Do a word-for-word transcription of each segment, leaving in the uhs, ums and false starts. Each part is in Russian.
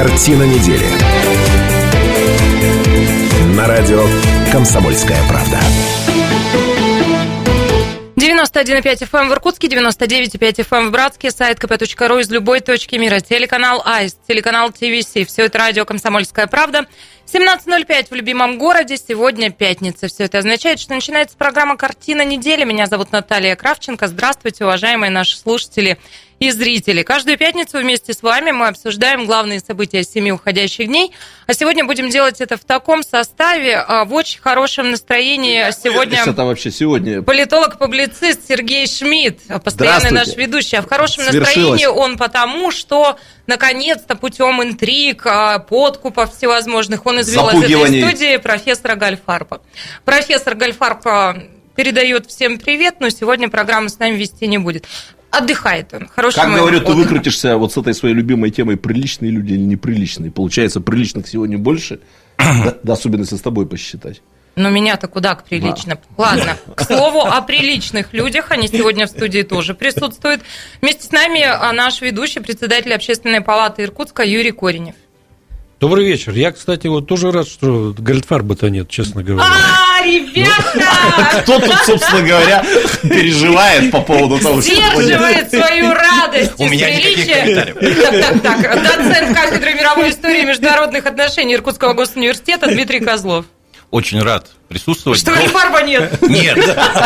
Картина недели. На радио «Комсомольская правда». девяносто один и пять эф эм в Иркутске, девяносто девять и пять эф эм в Братске, сайт ка пэ точка ру из любой точки мира, телеканал АИС, телеканал ти ви си. Все это радио «Комсомольская правда». семнадцать ноль пять в любимом городе, сегодня пятница. Все это означает, что начинается программа «Картина недели». Меня зовут Наталья Кравченко. Здравствуйте, уважаемые наши слушатели и зрители. Каждую пятницу вместе с вами мы обсуждаем главные события семи уходящих дней. А сегодня будем делать это в таком составе, в очень хорошем настроении. Сегодня это вообще сегодня политолог-публицист Сергей Шмидт, постоянный наш ведущий. А в хорошем настроении он потому, что наконец-то путем интриг, подкупов всевозможных он извел из этой студии профессора Гальфарба. Профессор Гальфарб передает всем привет, но сегодня программу с нами вести не будет. Отдыхает он. Хороший как говорю, отдыха. Ты выкрутишься вот с этой своей любимой темой, приличные люди или неприличные. Получается, приличных сегодня больше, да, да, особенно если с тобой посчитать. Ну, меня-то куда к прилично. А. Ладно, к слову о приличных людях, они сегодня в студии тоже присутствуют. Вместе с нами наш ведущий, председатель Общественной палаты Иркутска Юрий Коренев. Добрый вечер. Я, кстати, вот тоже рад, что Гальфарба-то нет, честно говоря. А, ребята! Кто тут, собственно говоря, переживает по поводу того, что... Сдерживает свою радость из приличия. Так, так, так. Доцент кафедры мировой истории и международных отношений Иркутского госуниверситета Дмитрий Козлов. Очень рад присутствовать. Что Гальфарба нет? Нет.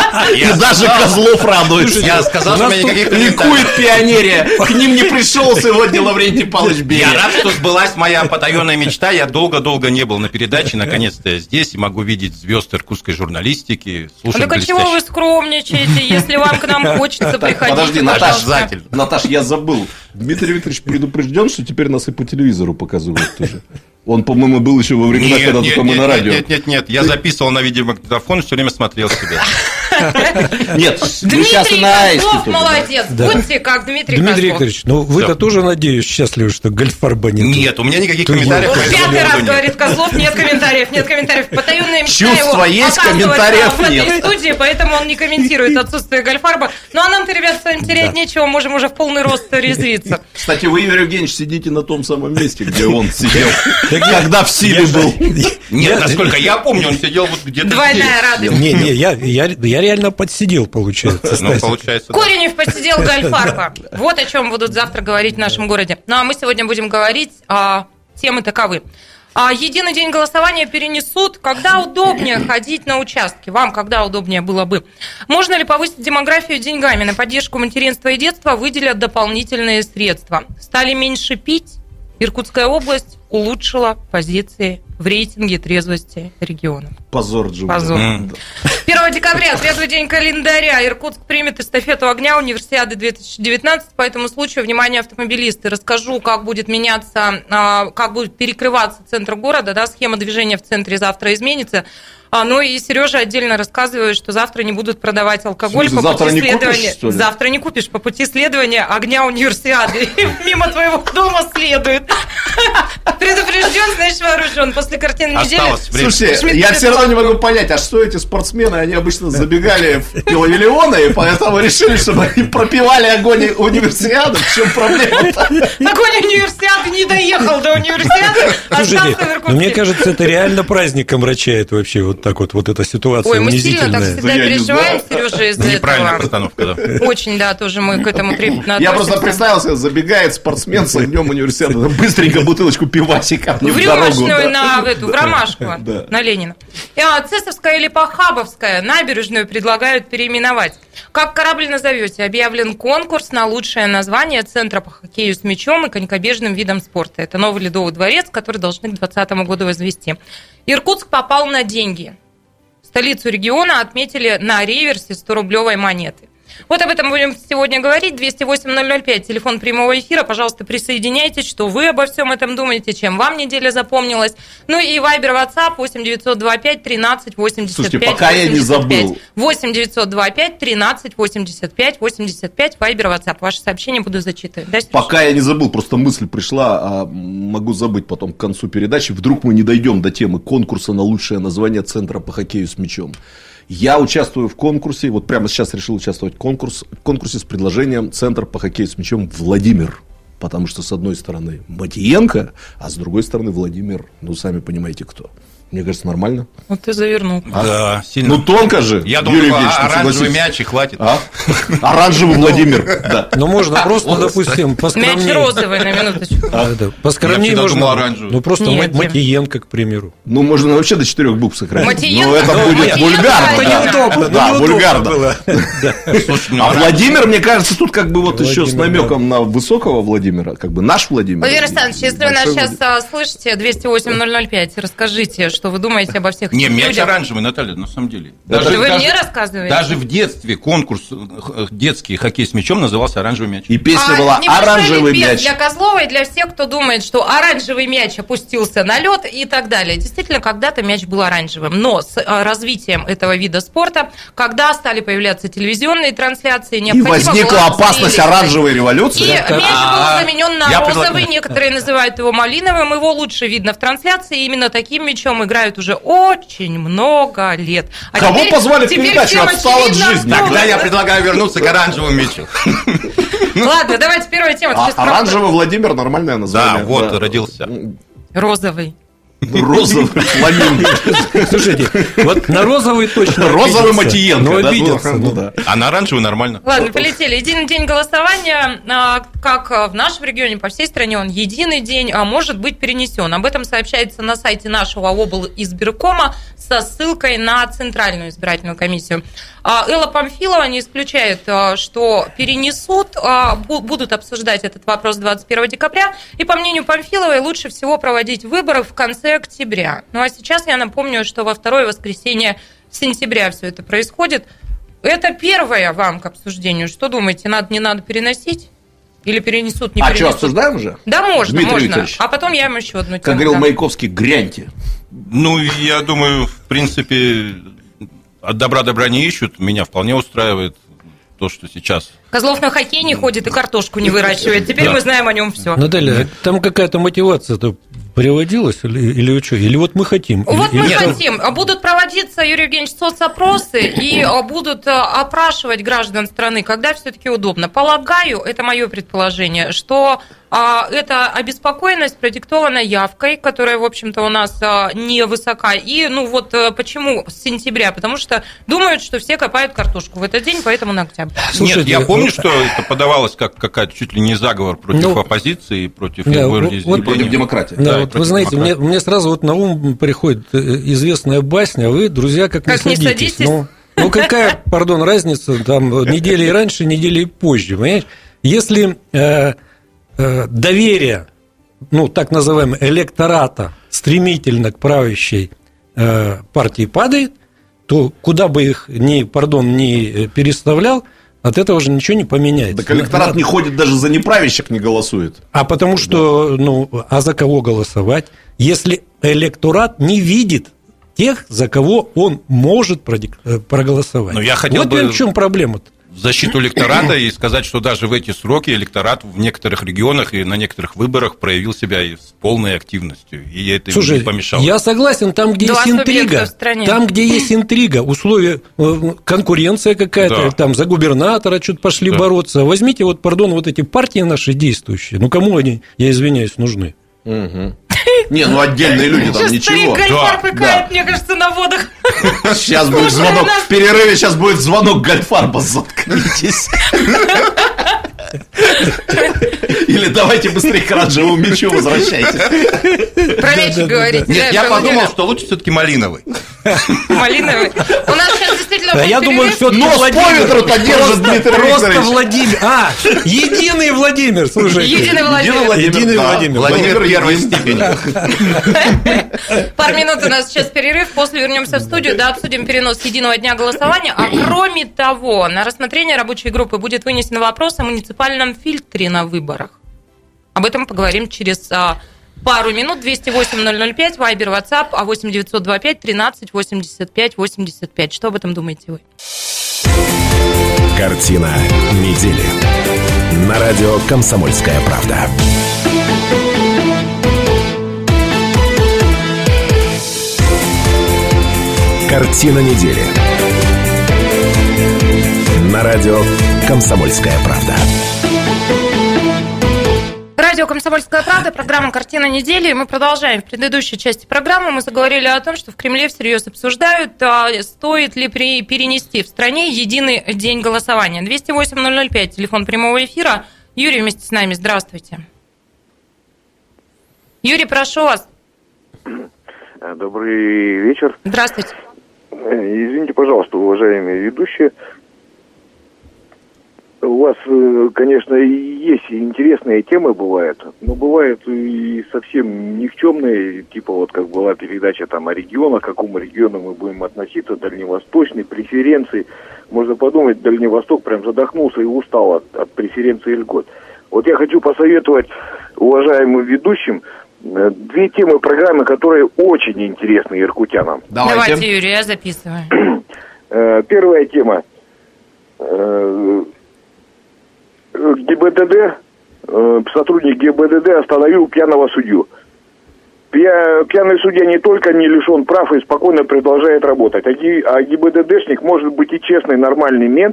И даже Козлов радуется. Я сказал, что у меня никаких ликует пионерия. К ним не пришел сегодня Лаврентий Павлович Берия. Я рад, что сбылась моя потаенная мечта. Я долго-долго не был на передаче. Наконец-то я здесь и могу видеть звезд иркутской журналистики. Слушать так а чего вы скромничаете, если вам к нам хочется приходить? Подожди, Наташ, Наташ, я забыл. Дмитрий Викторович предупрежден, что теперь нас и по телевизору показывают тоже. Он, по-моему, был еще во времена, нет, когда нет, только мы нет, на радио. Нет, нет, нет, я записывал на видеомагнитофон, все время смотрел себя. Нет, мы сейчас и на Аисте. Дмитрий Козлов молодец, будьте как Дмитрий Козлов. Дмитрий Викторович, ну вы-то тоже, надеюсь, счастливы, что Гальфарба нет? Нет, у меня никаких комментариев. Пятый раз говорит Козлов, нет комментариев, нет комментариев. Потаенная мечта Чувство есть, комментариев в нет. этой студии, поэтому он не комментирует отсутствие Гальфарба. Ну а нам-то, ребят, с вами терять нечего, можем уже в полный рост резвиться. Кстати, вы, Юрий Евгеньевич, сидите на том самом месте, где он сидел, когда в силе был. Нет, насколько я помню, он сидел вот где-то здесь. Двойная радость. Не, не, я реально подсидел, получается. Ну, получается, Коренев подсидел Гальфарба. Вот о чем будут завтра говорить в нашем городе. Ну, а мы сегодня будем говорить, а, темы таковы. А, единый день голосования перенесут. Когда удобнее ходить на участки? Вам когда удобнее было бы? Можно ли повысить демографию деньгами? На поддержку материнства и детства выделят дополнительные средства. Стали меньше пить? Иркутская область улучшила позиции в рейтинге трезвости региона. Позор, Джули. Позор. Mm. первого декабря, трезвый день календаря. Иркутск примет эстафету огня Универсиады две тысячи девятнадцать. По этому случаю, внимание, автомобилисты. Расскажу, как будет меняться, как будет перекрываться центр города. Да, схема движения в центре завтра изменится. А, ну и Сережа отдельно рассказывает, что завтра не будут продавать алкоголь. Слушай, по завтра пути не следования. Купишь, завтра не купишь по пути следования огня Универсиады. Мимо твоего дома следует. Предупрежден, значит вооружен. После картины недели. Слушай, я все равно не могу понять, а что эти спортсмены, они обычно забегали в пивовиллионы, и поэтому решили, чтобы они пропивали огонь Универсиады. В чем проблема-то? Огонь Универсиады не доехал до Универсиады. Слушайте, ну, мне кажется, это реально праздник омрачает вообще вот так вот, вот эта ситуация. Ой, мы сильно так всегда переживаем, Сережа, из-за этого. Неправильная постановка, да. Очень, да, тоже мы к этому трепетно относимся. Я просто представил себе, забегает спортсмен с огнем Универсиады, быстренько бутылочку пивасика в рюмочную на эту, в ромашку, на Ленина. Цесовская или Похабовская набережную предлагают переименовать. Как корабль назовете? Объявлен конкурс на лучшее название центра по хоккею с мячом и конькобежным видом спорта. Это новый Ледовый дворец, который должны к двадцатому году возвести. Иркутск попал на деньги. Столицу региона отметили на реверсе сто-рублевой монеты. Вот об этом будем сегодня говорить. двести восемь ноль ноль пять, телефон прямого эфира. Пожалуйста, присоединяйтесь, что вы обо всем этом думаете, чем вам неделя запомнилась. Ну и Вайбер, WhatsApp восемь девятьсот двадцать пять тринадцать восемьдесят пять. Слушайте, пока я не забыл. восемь девятьсот двадцать пять тринадцать восемьдесят пять восемьдесят пять. Вайбер, WhatsApp. Ваши сообщения буду зачитывать. Да, пока я не забыл, просто мысль пришла, а могу забыть потом к концу передачи. Вдруг мы не дойдем до темы конкурса на лучшее название центра по хоккею с мячом. Я участвую в конкурсе, вот прямо сейчас решил участвовать в, конкурс, в конкурсе с предложением «Центр по хоккею с мячом Владимир». Потому что, с одной стороны, Матиенко, а с другой стороны, Владимир, ну, сами понимаете, кто. Мне кажется, нормально. Вот ты завернул. А? Да, сильно. Ну, тонко же. Я думаю, оранжевый мяч и хватит. А? Оранжевый Владимир. Да. Ну, можно просто, допустим, поскромнее. Мяч розовый, на минуточку. А, да. Поскромнее можно. Ну, просто Матиенко, к примеру. Ну, можно вообще до четырех букв сохранить. Матиенко? Ну, это будет вульгарно. Неудобно. Да, вульгарно. Слушай, а Владимир, мне кажется, тут как бы вот еще с намеком на высокого Владимира, как бы наш Владимир. Владимир Александрович, если вы нас сейчас слышите, двести восемь ноль ноль пять, расскажите, что вы думаете обо всех Не, этих мяч людях. оранжевый, Наталья, на самом деле. Даже, вы даже, мне рассказываете? Даже в детстве конкурс детский хоккей с мячом назывался «Оранжевый мяч». И песня а была «Оранжевый мяч». Для Козлова и для всех, кто думает, что оранжевый мяч опустился на лед и так далее. Действительно, когда-то мяч был оранжевым. Но с развитием этого вида спорта, когда стали появляться телевизионные трансляции, и возникла опасность оранжевой революции. И мяч был заменен на розовый. Некоторые называют его малиновым. Его лучше видно в трансляции. И именно таким мячом играют уже очень много лет. А Кого теперь, позвали в передачу? Отстал от жизни. Тогда я предлагаю вернуться к оранжевому мячу. Ладно, давайте первая тема. А, оранжевый Владимир, нормальное название. Да, вот, да. родился. Розовый. Розовый фламинго. Слушайте, вот на розовый точно розовый Матиенко. Ну, обиделся. Ну, да. А на оранжевый нормально. Ладно, полетели. Единый день голосования, как в нашем регионе, по всей стране, он единый день, а может быть перенесен. Об этом сообщается на сайте нашего облизбиркома со ссылкой на Центральную избирательную комиссию. Элла Памфилова не исключает, что перенесут, будут обсуждать этот вопрос двадцать первого декабря, и, по мнению Памфиловой, лучше всего проводить выборы в конце октября. Ну, а сейчас я напомню, что во второе воскресенье сентября все это происходит. Это первое вам к обсуждению. Что думаете, надо, не надо переносить? Или перенесут, не а перенесут? А что, обсуждаем уже? Да, можно, Дмитрий можно. Викторович. А потом я вам еще одну тему. Как говорил дам. Маяковский, гряньте. Ну, я думаю, в принципе, от добра добра не ищут. Меня вполне устраивает то, что сейчас. Козлов на хоккей не ходит и картошку не выращивает. Теперь Да. мы знаем о нем все. Наталья, там какая-то мотивация-то приводилась или, или что? Или вот мы хотим? Вот или, мы или хотим. Будут проводиться, Юрий Евгеньевич, соцопросы и будут опрашивать граждан страны, когда все-таки удобно. Полагаю, это мое предположение, что эта обеспокоенность продиктована явкой, которая, в общем-то, у нас невысока. И, ну вот, почему с сентября? Потому что думают, что все копают картошку в этот день, поэтому на октябрь. Слушайте, Нет, я помню, что это подавалось как какая-то чуть ли не заговор против ну, оппозиции, против да, его вот, разделения. Против демократии. Да, Да, вот вы против знаете, мне, демократии. мне сразу вот на ум приходит известная басня, а вы, друзья, как, Как не не садитесь. садитесь. Ну, ну, какая, пардон, разница, там, недели раньше, недели позже, понимаешь? Если э, э, доверие, ну, так называемого электората стремительно к правящей э, партии падает, то куда бы их ни, пардон, ни переставлял, от этого же ничего не поменяется. Так электорат не ходит, даже за неправящих не голосует. А потому что, ну, а за кого голосовать, если электорат не видит тех, за кого он может проголосовать? Но я хотел вот бы в чем проблема-то. в защиту электората и сказать, что даже в эти сроки электорат в некоторых регионах и на некоторых выборах проявил себя и с полной активностью, и это ему Слушай, не помешало. я согласен, там, где Два есть субъекта интрига, в стране. там, где есть интрига, условия, э, конкуренция какая-то, Да. там за губернатора что-то пошли Да. бороться. Возьмите, вот, пардон, вот эти партии наши действующие, ну, кому они, я извиняюсь, нужны? Не, ну отдельные люди там Сейчас ничего. старик Гальфар Да, пыкает, да. мне кажется, на водах. Сейчас будет звонок. В перерыве сейчас будет звонок Гальфарба. Заткнитесь. Или давайте быстрее к оранжевому мячу возвращайтесь. Про мяч говорить. Нет, я подумал, что лучше все-таки малиновый. Малиновый. У нас сейчас действительно Да, будет я думаю, перерыв. все-таки Нос по ветру-то держит Дмитрий Просто Викторович. Владимир. А, единый Владимир, слушайте. Единый Владимир. Единый да. Владимир. Владимир первой степени. Пару минут у нас сейчас перерыв, после вернемся в студию, да, обсудим перенос единого дня голосования. А кроме того, на рассмотрение рабочей группы будет вынесен вопрос о муниципальном фильтре на выборах. Об этом поговорим через а, пару минут. двести восемь ноль ноль пять, Вайбер, WhatsApp, а восемь девятьсот двадцать пять тринадцать восемьдесят пять восемьдесят пять. Что об этом думаете вы? Картина недели. На радио «Комсомольская правда». Картина недели. На радио «Комсомольская правда». «Комсомольская правда», программа «Картина недели». Мы продолжаем. В предыдущей части программы мы заговорили о том, что в Кремле всерьез обсуждают, стоит ли при, перенести в стране единый день голосования. двести восемь ноль ноль пять, телефон прямого эфира. Юрий вместе с нами. Здравствуйте. Юрий, прошу вас. Добрый вечер. Здравствуйте. Извините, пожалуйста, уважаемые ведущие. У вас, конечно, есть интересные темы бывают, но бывают и совсем никчемные, типа вот как была передача там о регионах, к какому региону мы будем относиться, дальневосточный, преференции. Можно подумать, Дальний Восток прям задохнулся и устал от, от преференций и льгот. Вот я хочу посоветовать уважаемым ведущим две темы программы, которые очень интересны иркутянам. Давайте, Давайте Юрий, я записываю. Первая тема. ГИБДД, сотрудник ГИБДД остановил пьяного судью. Пьяный судья не только не лишен прав и спокойно продолжает работать, а ГИБДДшник может быть и честный, нормальный мент.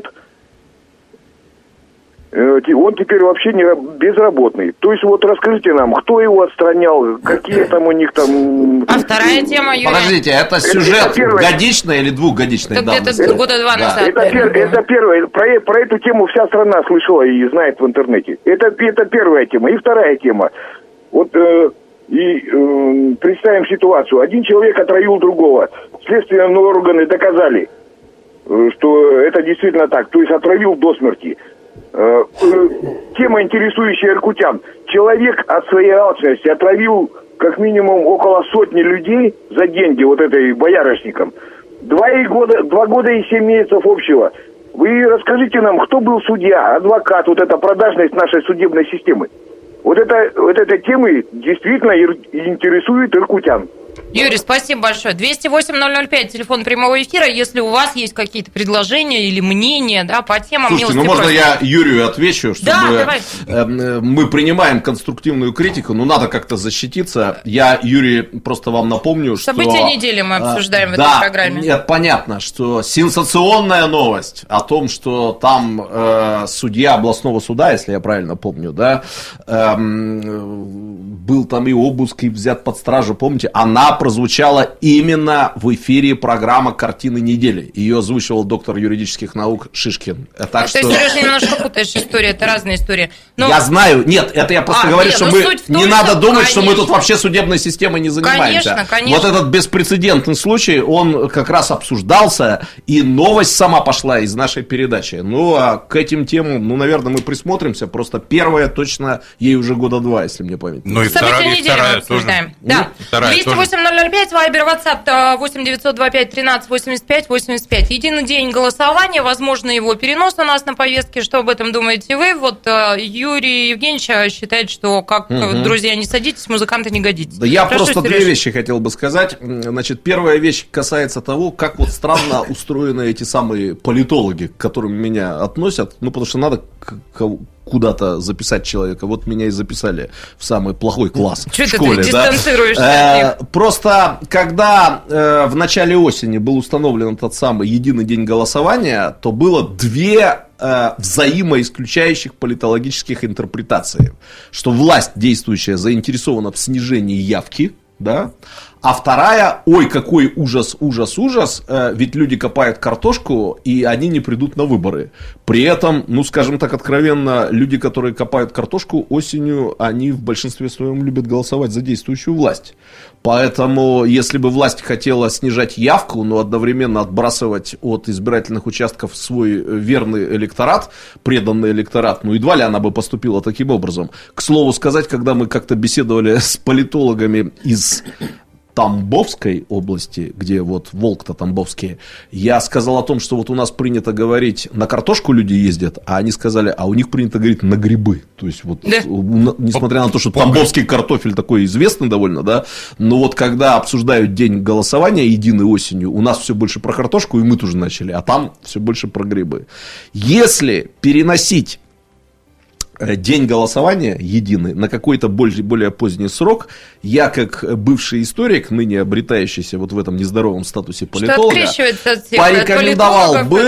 Он теперь вообще не безработный. То есть вот расскажите нам, кто его отстранял, какие там у них там... А вторая тема, Юрий? Подождите, это сюжет это, это годичный или двухгодичный? Это где-то года два да. назад. Это, пер, это первое. Про, про эту тему вся страна слышала и знает в интернете. Это, это первая тема. И вторая тема. Вот э, и э, представим ситуацию. Один человек отравил другого. Следственные органы доказали, э, что это действительно так. То есть отравил до смерти. Тема, интересующая иркутян. Человек от своей алчности отравил как минимум около сотни людей за деньги вот этой боярышникам. Два, и года, два года и семь месяцев общего. Вы расскажите нам, кто был судья, адвокат, вот эта продажность нашей судебной системы. Вот, это, вот эта тема действительно интересует иркутян. Юрий, спасибо большое. двести восемь ноль ноль пять, телефон прямого эфира. Если у вас есть какие-то предложения или мнения, да, по темам... Слушайте, ну можно просим. Я Юрию отвечу, чтобы да, мы принимаем конструктивную критику, но надо как-то защититься. Я, Юрий, просто вам напомню, что... События недели мы обсуждаем в да, этой программе. Нет, понятно, что сенсационная новость о том, что там э, судья областного суда, если я правильно помню, да, э, был там и обыск, и взят под стражу, помните, она прозвучала именно в эфире программы «Картины недели». Ее озвучивал доктор юридических наук Шишкин. Так а что... Ты, Сереж, немножко путаешь историю, это разные истории. Но... Я знаю, нет, это я просто а, говорю, нет, что мы том, не надо что... думать, конечно. Что мы тут вообще судебной системой не занимаемся. Конечно, конечно. Вот этот беспрецедентный случай, он как раз обсуждался, и новость сама пошла из нашей передачи. Ну, а к этим темам, ну, наверное, мы присмотримся. Просто первая точно, ей уже года два, если мне память. Ну, и вторая, и вторая тоже. Да. Вторая двести восемь ноль ноль пять, Вайбер, Ватсап восемь девятьсот двадцать пять тринадцать восемьдесят пять восемьдесят пять. Единый день голосования, возможно, его перенос у нас на повестке. Что об этом думаете вы? Вот Юрий Евгеньевич считает, что как угу. друзья не садитесь, музыканты не годитесь. Да я Прошу, просто Сереж. две вещи хотел бы сказать. Значит, первая вещь касается того, как вот странно устроены эти самые политологи, к которым меня относят. Ну, потому что надо куда-то записать человека. Вот меня и записали в самый плохой класс Что в школе. Ты да? дистанцируешься э, от них? Просто, когда э, в начале осени был установлен этот самый единый день голосования, то было две э, взаимоисключающих политологических интерпретации. Что власть действующая заинтересована в снижении явки, да, а вторая, ой, какой ужас, ужас, ужас, э, ведь люди копают картошку, и они не придут на выборы. При этом, ну, скажем так откровенно, люди, которые копают картошку осенью, они в большинстве своем любят голосовать за действующую власть. Поэтому, если бы власть хотела снижать явку, но одновременно отбрасывать от избирательных участков свой верный электорат, преданный электорат, ну, едва ли она бы поступила таким образом. К слову сказать, когда мы как-то беседовали с политологами из Тамбовской области, где вот волк-то тамбовские, я сказал о том, что вот у нас принято говорить, на картошку люди ездят, а они сказали, а у них принято говорить на грибы. То есть вот, да. несмотря на то, что тамбовский картофель такой известный довольно, да, но вот когда обсуждают день голосования единой осенью, у нас все больше про картошку, и мы тоже начали, а там все больше про грибы. Если переносить день голосования единый на какой-то более, более поздний срок, я как бывший историк, ныне обретающийся вот в этом нездоровом статусе политолога, порекомендовал бы,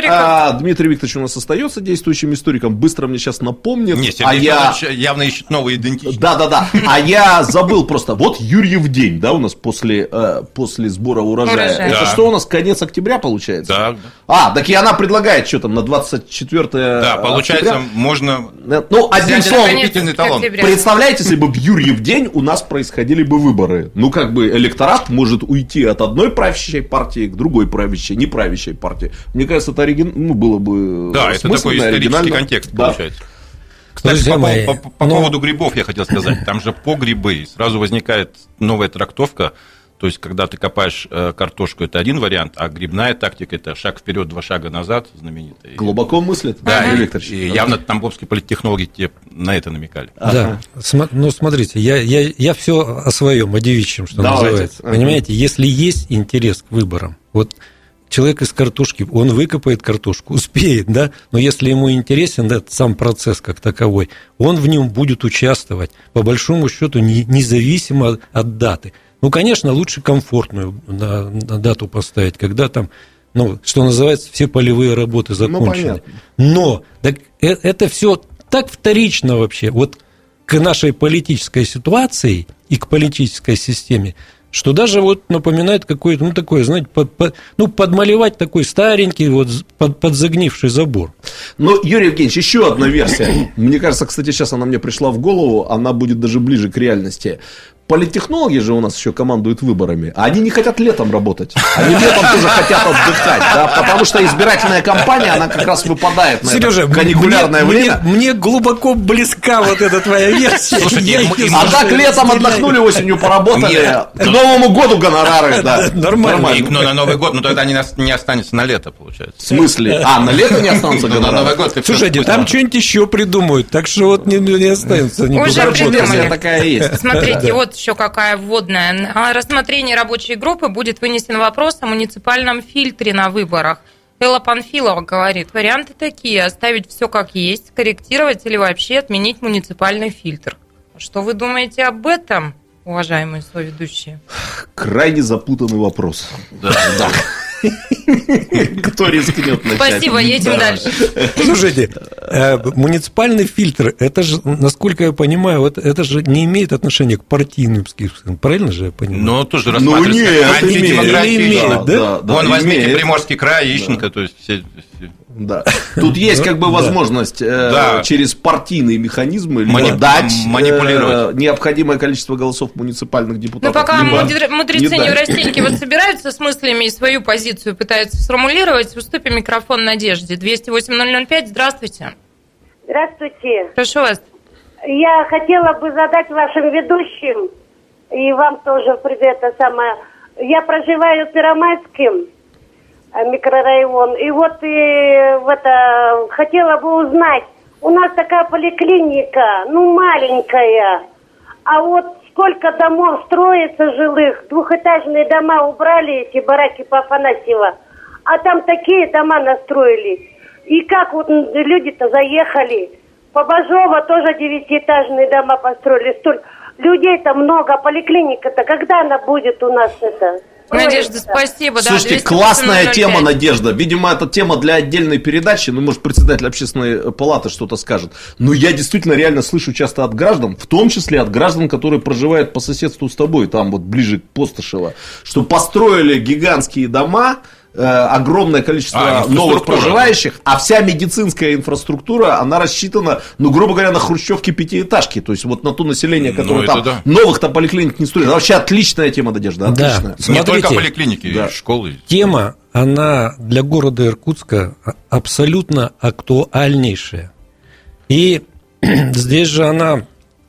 а, Дмитрий Викторович у нас остается действующим историком, быстро мне сейчас напомнит. Не, Сергей а я... явно ищет новые идентичности. Да-да-да, а я забыл просто, вот Юрьев день, да, у нас после, э, после сбора урожая. Урожай. Это да. что у нас, конец октября получается? Да. А, так и она предлагает, что там, на двадцать четвёртое Да, получается, октября? можно... Ну, одним словом, талон. представляете, если бы в Юрьев день у нас происходили бы выборы. Ну, как бы электорат может уйти от одной правящей партии к другой правящей, не правящей партии. Мне кажется, это оригин... ну, было бы Да, это такой исторический контекст, да. получается. Кстати, по, мои, по, по, по но... поводу грибов я хотел сказать. Там же по грибы сразу возникает новая трактовка. То есть, когда ты копаешь э, картошку, это один вариант, а грибная тактика – это шаг вперед, два шага назад, знаменитая. Глубоко мыслит, да, Юрий Викторович. И явно тамбовские политтехнологи тебе на это намекали. Да, ага. Ну, смотрите, я, я, я все о своем, о девичьем, что Давайте. называется. Ага. Понимаете, если есть интерес к выборам, вот человек из картошки, он выкопает картошку, успеет, да, но если ему интересен да, сам процесс как таковой, он в нем будет участвовать, по большому счету, не, независимо от даты. Ну, конечно, лучше комфортную на, на дату поставить, когда там, ну, что называется, все полевые работы закончены. Ну, но так, это все так вторично вообще вот к нашей политической ситуации и к политической системе, что даже вот напоминает какое-то, ну, такое, знаете, под, под, ну, подмалевать такой старенький, вот, под, подзагнивший забор. Ну, Юрий Евгеньевич, еще одна версия. Мне кажется, кстати, сейчас она мне пришла в голову, она будет даже ближе к реальности. Политтехнологи же у нас еще командуют выборами, а они не хотят летом работать. Они летом тоже хотят отдыхать, да, потому что избирательная кампания, она как раз выпадает на Сережа, это каникулярное мне, время. Мне, мне глубоко близка вот эта твоя версия. Слушайте, а так летом отдохнули, осенью поработали, к Новому году гонорары, да. Нормально. И, ну, на Новый год, ну тогда не останется на лето, получается. В смысле? А, на лето не останутся гонорары? На Новый год. Слушайте, там что-нибудь еще придумают, так что вот не, не останется. Уже придумали. Такая есть. Смотрите, вот еще какая вводная. На рассмотрении рабочей группы будет вынесен вопрос о муниципальном фильтре на выборах. Элла Панфилова говорит, варианты такие: оставить все как есть, корректировать или вообще отменить муниципальный фильтр. Что вы думаете об этом, уважаемые соведущие? Крайне запутанный вопрос. Да, да. Кто рискнет начать? Спасибо, едем дальше. Слушайте, муниципальный фильтр, это же, насколько я понимаю, это же не имеет отношения к партийным спискам, правильно же я понимаю? Ну, тоже рассматривается как антидемократия. Да? Вон, возьмите Приморский край, Ищенко, то есть все... Да. Тут есть как бы возможность э, да. через партийные механизмы Мани... дать манипулировать. Э, необходимое количество голосов муниципальных депутатов. Ну, пока мудрецы Неврастеньки вот собираются с мыслями и свою позицию пытаются сформулировать, уступим микрофон Надежде. двести восемь ноль ноль пять, здравствуйте. Здравствуйте. Прошу вас. Я хотела бы задать вашим ведущим, и вам тоже привет, это самое. Я проживаю в Первомайском микрорайон. И вот и в это хотела бы узнать, у нас такая поликлиника, ну маленькая, а вот сколько домов строится жилых, двухэтажные дома убрали, эти бараки по Афанасьева, а там такие дома настроили. И как вот люди-то заехали, по Бажова тоже девятиэтажные дома построили, столько людей-то много, а поликлиника-то когда она будет у нас это? Надежда, спасибо. Слушайте, да, классная тема, Надежда. Видимо, это тема для отдельной передачи. Ну, может, председатель общественной палаты что-то скажет. Но я действительно реально слышу часто от граждан, в том числе от граждан, которые проживают по соседству с тобой, там вот ближе к Постышево, что построили гигантские дома, огромное количество а, новых проживающих, а вся медицинская инфраструктура, она рассчитана, ну, грубо говоря, на хрущевки пятиэтажки, то есть вот на то население, которое ну, там, да. новых-то поликлиник не строит. Это вообще отличная тема, Надежда, отличная. Да. Смотрите, не только поликлиники, да. школы. Тема, она для города Иркутска абсолютно актуальнейшая. И здесь же она,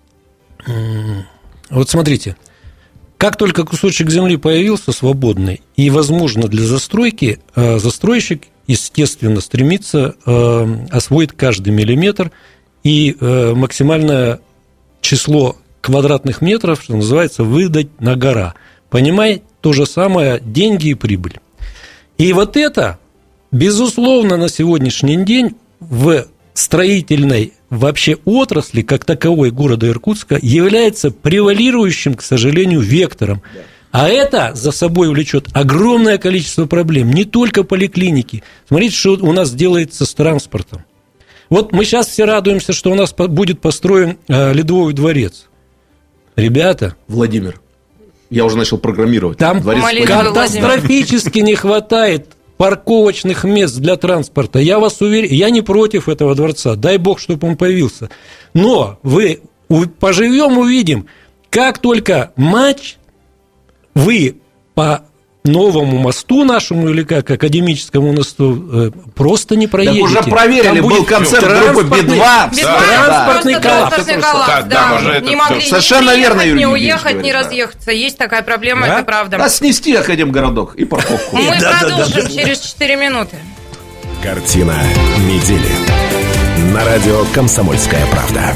вот смотрите, как только кусочек земли появился свободный и возможно для застройки, застройщик, естественно, стремится освоить каждый миллиметр и максимальное число квадратных метров, что называется, выдать на гора. Понимаете, то же самое деньги и прибыль. И вот это, безусловно, на сегодняшний день в строительной вообще отрасли, как таковой города Иркутска, является превалирующим, к сожалению, вектором. А это за собой влечет огромное количество проблем, не только поликлиники. Смотрите, что у нас делается с транспортом. Вот мы сейчас все радуемся, что у нас будет построен Ледовый дворец. Ребята. Владимир, я уже начал программировать. Там катастрофически не хватает парковочных мест для транспорта. Я вас уверяю, я не против этого дворца. Дай бог, чтобы он появился. Но вы поживем, увидим, как только матч, вы по новому мосту нашему, или как, академическому мосту, просто не проедете. Так уже проверили, там был концерт группы Би два. Транспортный коллапс. Совершенно верно, Юрий. Не уехать, не разъехаться. Есть такая проблема, это правда. А снести Академгородок и парковку. Мы продолжим через четыре минуты. Картина недели. На радио «Комсомольская правда».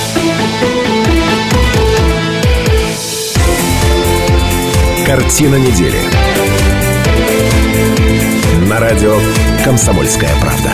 Картина недели. На радио «Комсомольская правда».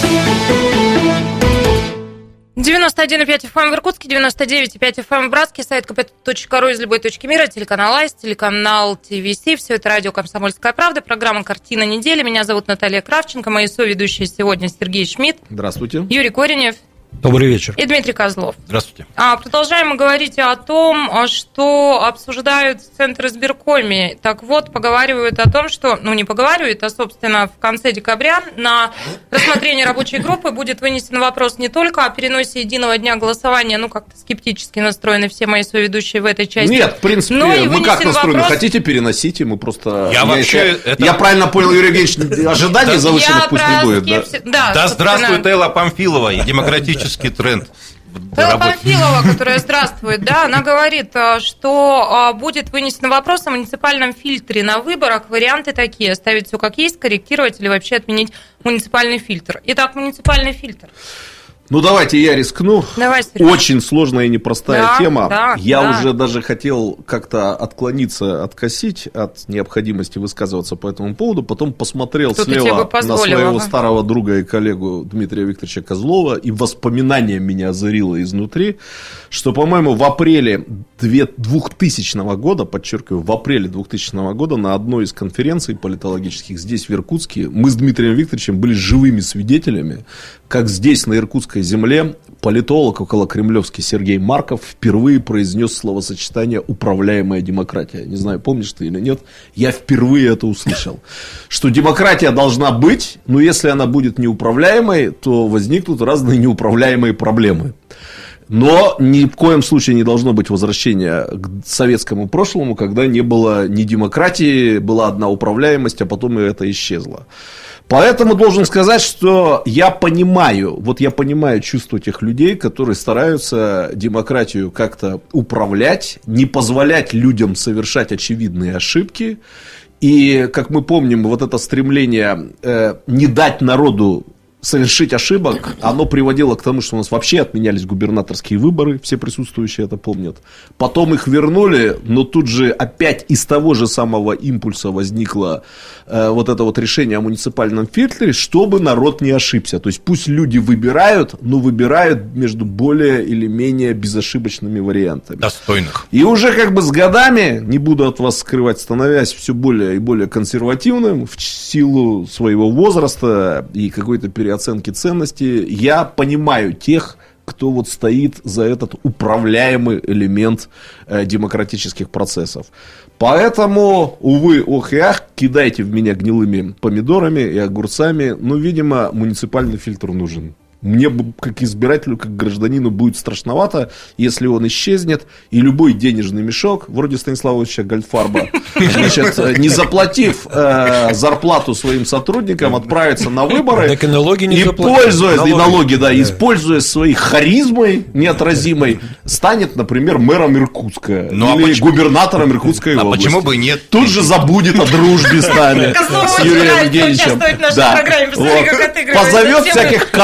девяносто один и пять эф эм в Иркутске, девяносто девять и пять эф эм в Братске, сайт ка пэ точка ру из любой точки мира, телеканал АИС, телеканал ТВС, все это радио «Комсомольская правда», программа «Картина недели». Меня зовут Наталья Кравченко, мои соведущие сегодня Сергей Шмидт. Здравствуйте. Юрий Коренев. Добрый вечер. И Дмитрий Козлов. Здравствуйте. Продолжаем мы говорить о том, что обсуждают в Центре избиркоме. Так вот, поговаривают о том, что, ну не поговаривают, а, собственно, в конце декабря на рассмотрение рабочей группы будет вынесен вопрос не только о переносе единого дня голосования, ну как-то скептически настроены все мои соведущие в этой части. Нет, в принципе, мы как настроены? Вопрос... Хотите, переносите, мы просто... Я, вообще, это... Я правильно понял, Юрий Евгеньевич, ожиданий завышенных пусть не будет. Скепси... Да, да здравствует Элла Памфилова и демократический тренд. Элла Памфилова, которая здравствует, да, она говорит, что будет вынесен вопрос о муниципальном фильтре на выборах. Варианты такие: оставить все как есть, корректировать или вообще отменить муниципальный фильтр. Итак, муниципальный фильтр. Ну, давайте я рискну. Давай, Сергей. Очень сложная и непростая да, тема. Да, я да. уже даже хотел как-то отклониться, откосить от необходимости высказываться по этому поводу. Потом посмотрел Кто-то слева на своего ага. старого друга и коллегу Дмитрия Викторовича Козлова, и воспоминание меня озарило изнутри, что, по-моему, в апреле двухтысячного года, подчеркиваю, в апреле двухтысячного года на одной из конференций политологических здесь, в Иркутске, мы с Дмитрием Викторовичем были живыми свидетелями, как здесь, на иркутской земле, политолог околокремлевский Сергей Марков впервые произнес словосочетание «управляемая демократия». Не знаю, помнишь ты или нет, я впервые это услышал. Что демократия должна быть, но если она будет неуправляемой, то возникнут разные неуправляемые проблемы. Но ни в коем случае не должно быть возвращения к советскому прошлому, когда не было ни демократии, была одна управляемость, а потом и это исчезло. Поэтому должен сказать, что я понимаю, вот я понимаю чувство тех людей, которые стараются демократию как-то управлять, не позволять людям совершать очевидные ошибки. И, как мы помним, вот это стремление э, не дать народу совершить ошибок, оно приводило к тому, что у нас вообще отменялись губернаторские выборы, все присутствующие это помнят. Потом их вернули, но тут же опять из того же самого импульса возникло э, вот это вот решение о муниципальном фильтре, чтобы народ не ошибся. То есть пусть люди выбирают, но выбирают между более или менее безошибочными вариантами. Достойных. И уже как бы с годами, не буду от вас скрывать, становясь все более и более консервативным в силу своего возраста и какой-то период оценки ценностей, я понимаю тех, кто вот стоит за этот управляемый элемент э, демократических процессов. Поэтому, увы, ох и ах, кидайте в меня гнилыми помидорами и огурцами, но, видимо, муниципальный фильтр нужен. Мне, как избирателю, как гражданину, будет страшновато, если он исчезнет, и любой денежный мешок, вроде Станислава Ильича Гольдфарба, значит, не заплатив э, зарплату своим сотрудникам, отправится на выборы, так и налоги не и заплатят. пользуясь, налоги. И налоги, да, да. используя своей харизмой неотразимой, станет, например, мэром Иркутска, ну, или а почему... губернатором Иркутской а области. Почему бы и нет? Тут же забудет о дружбе с нами, с Юрием Евгеньевичем. Позовет всяких козлов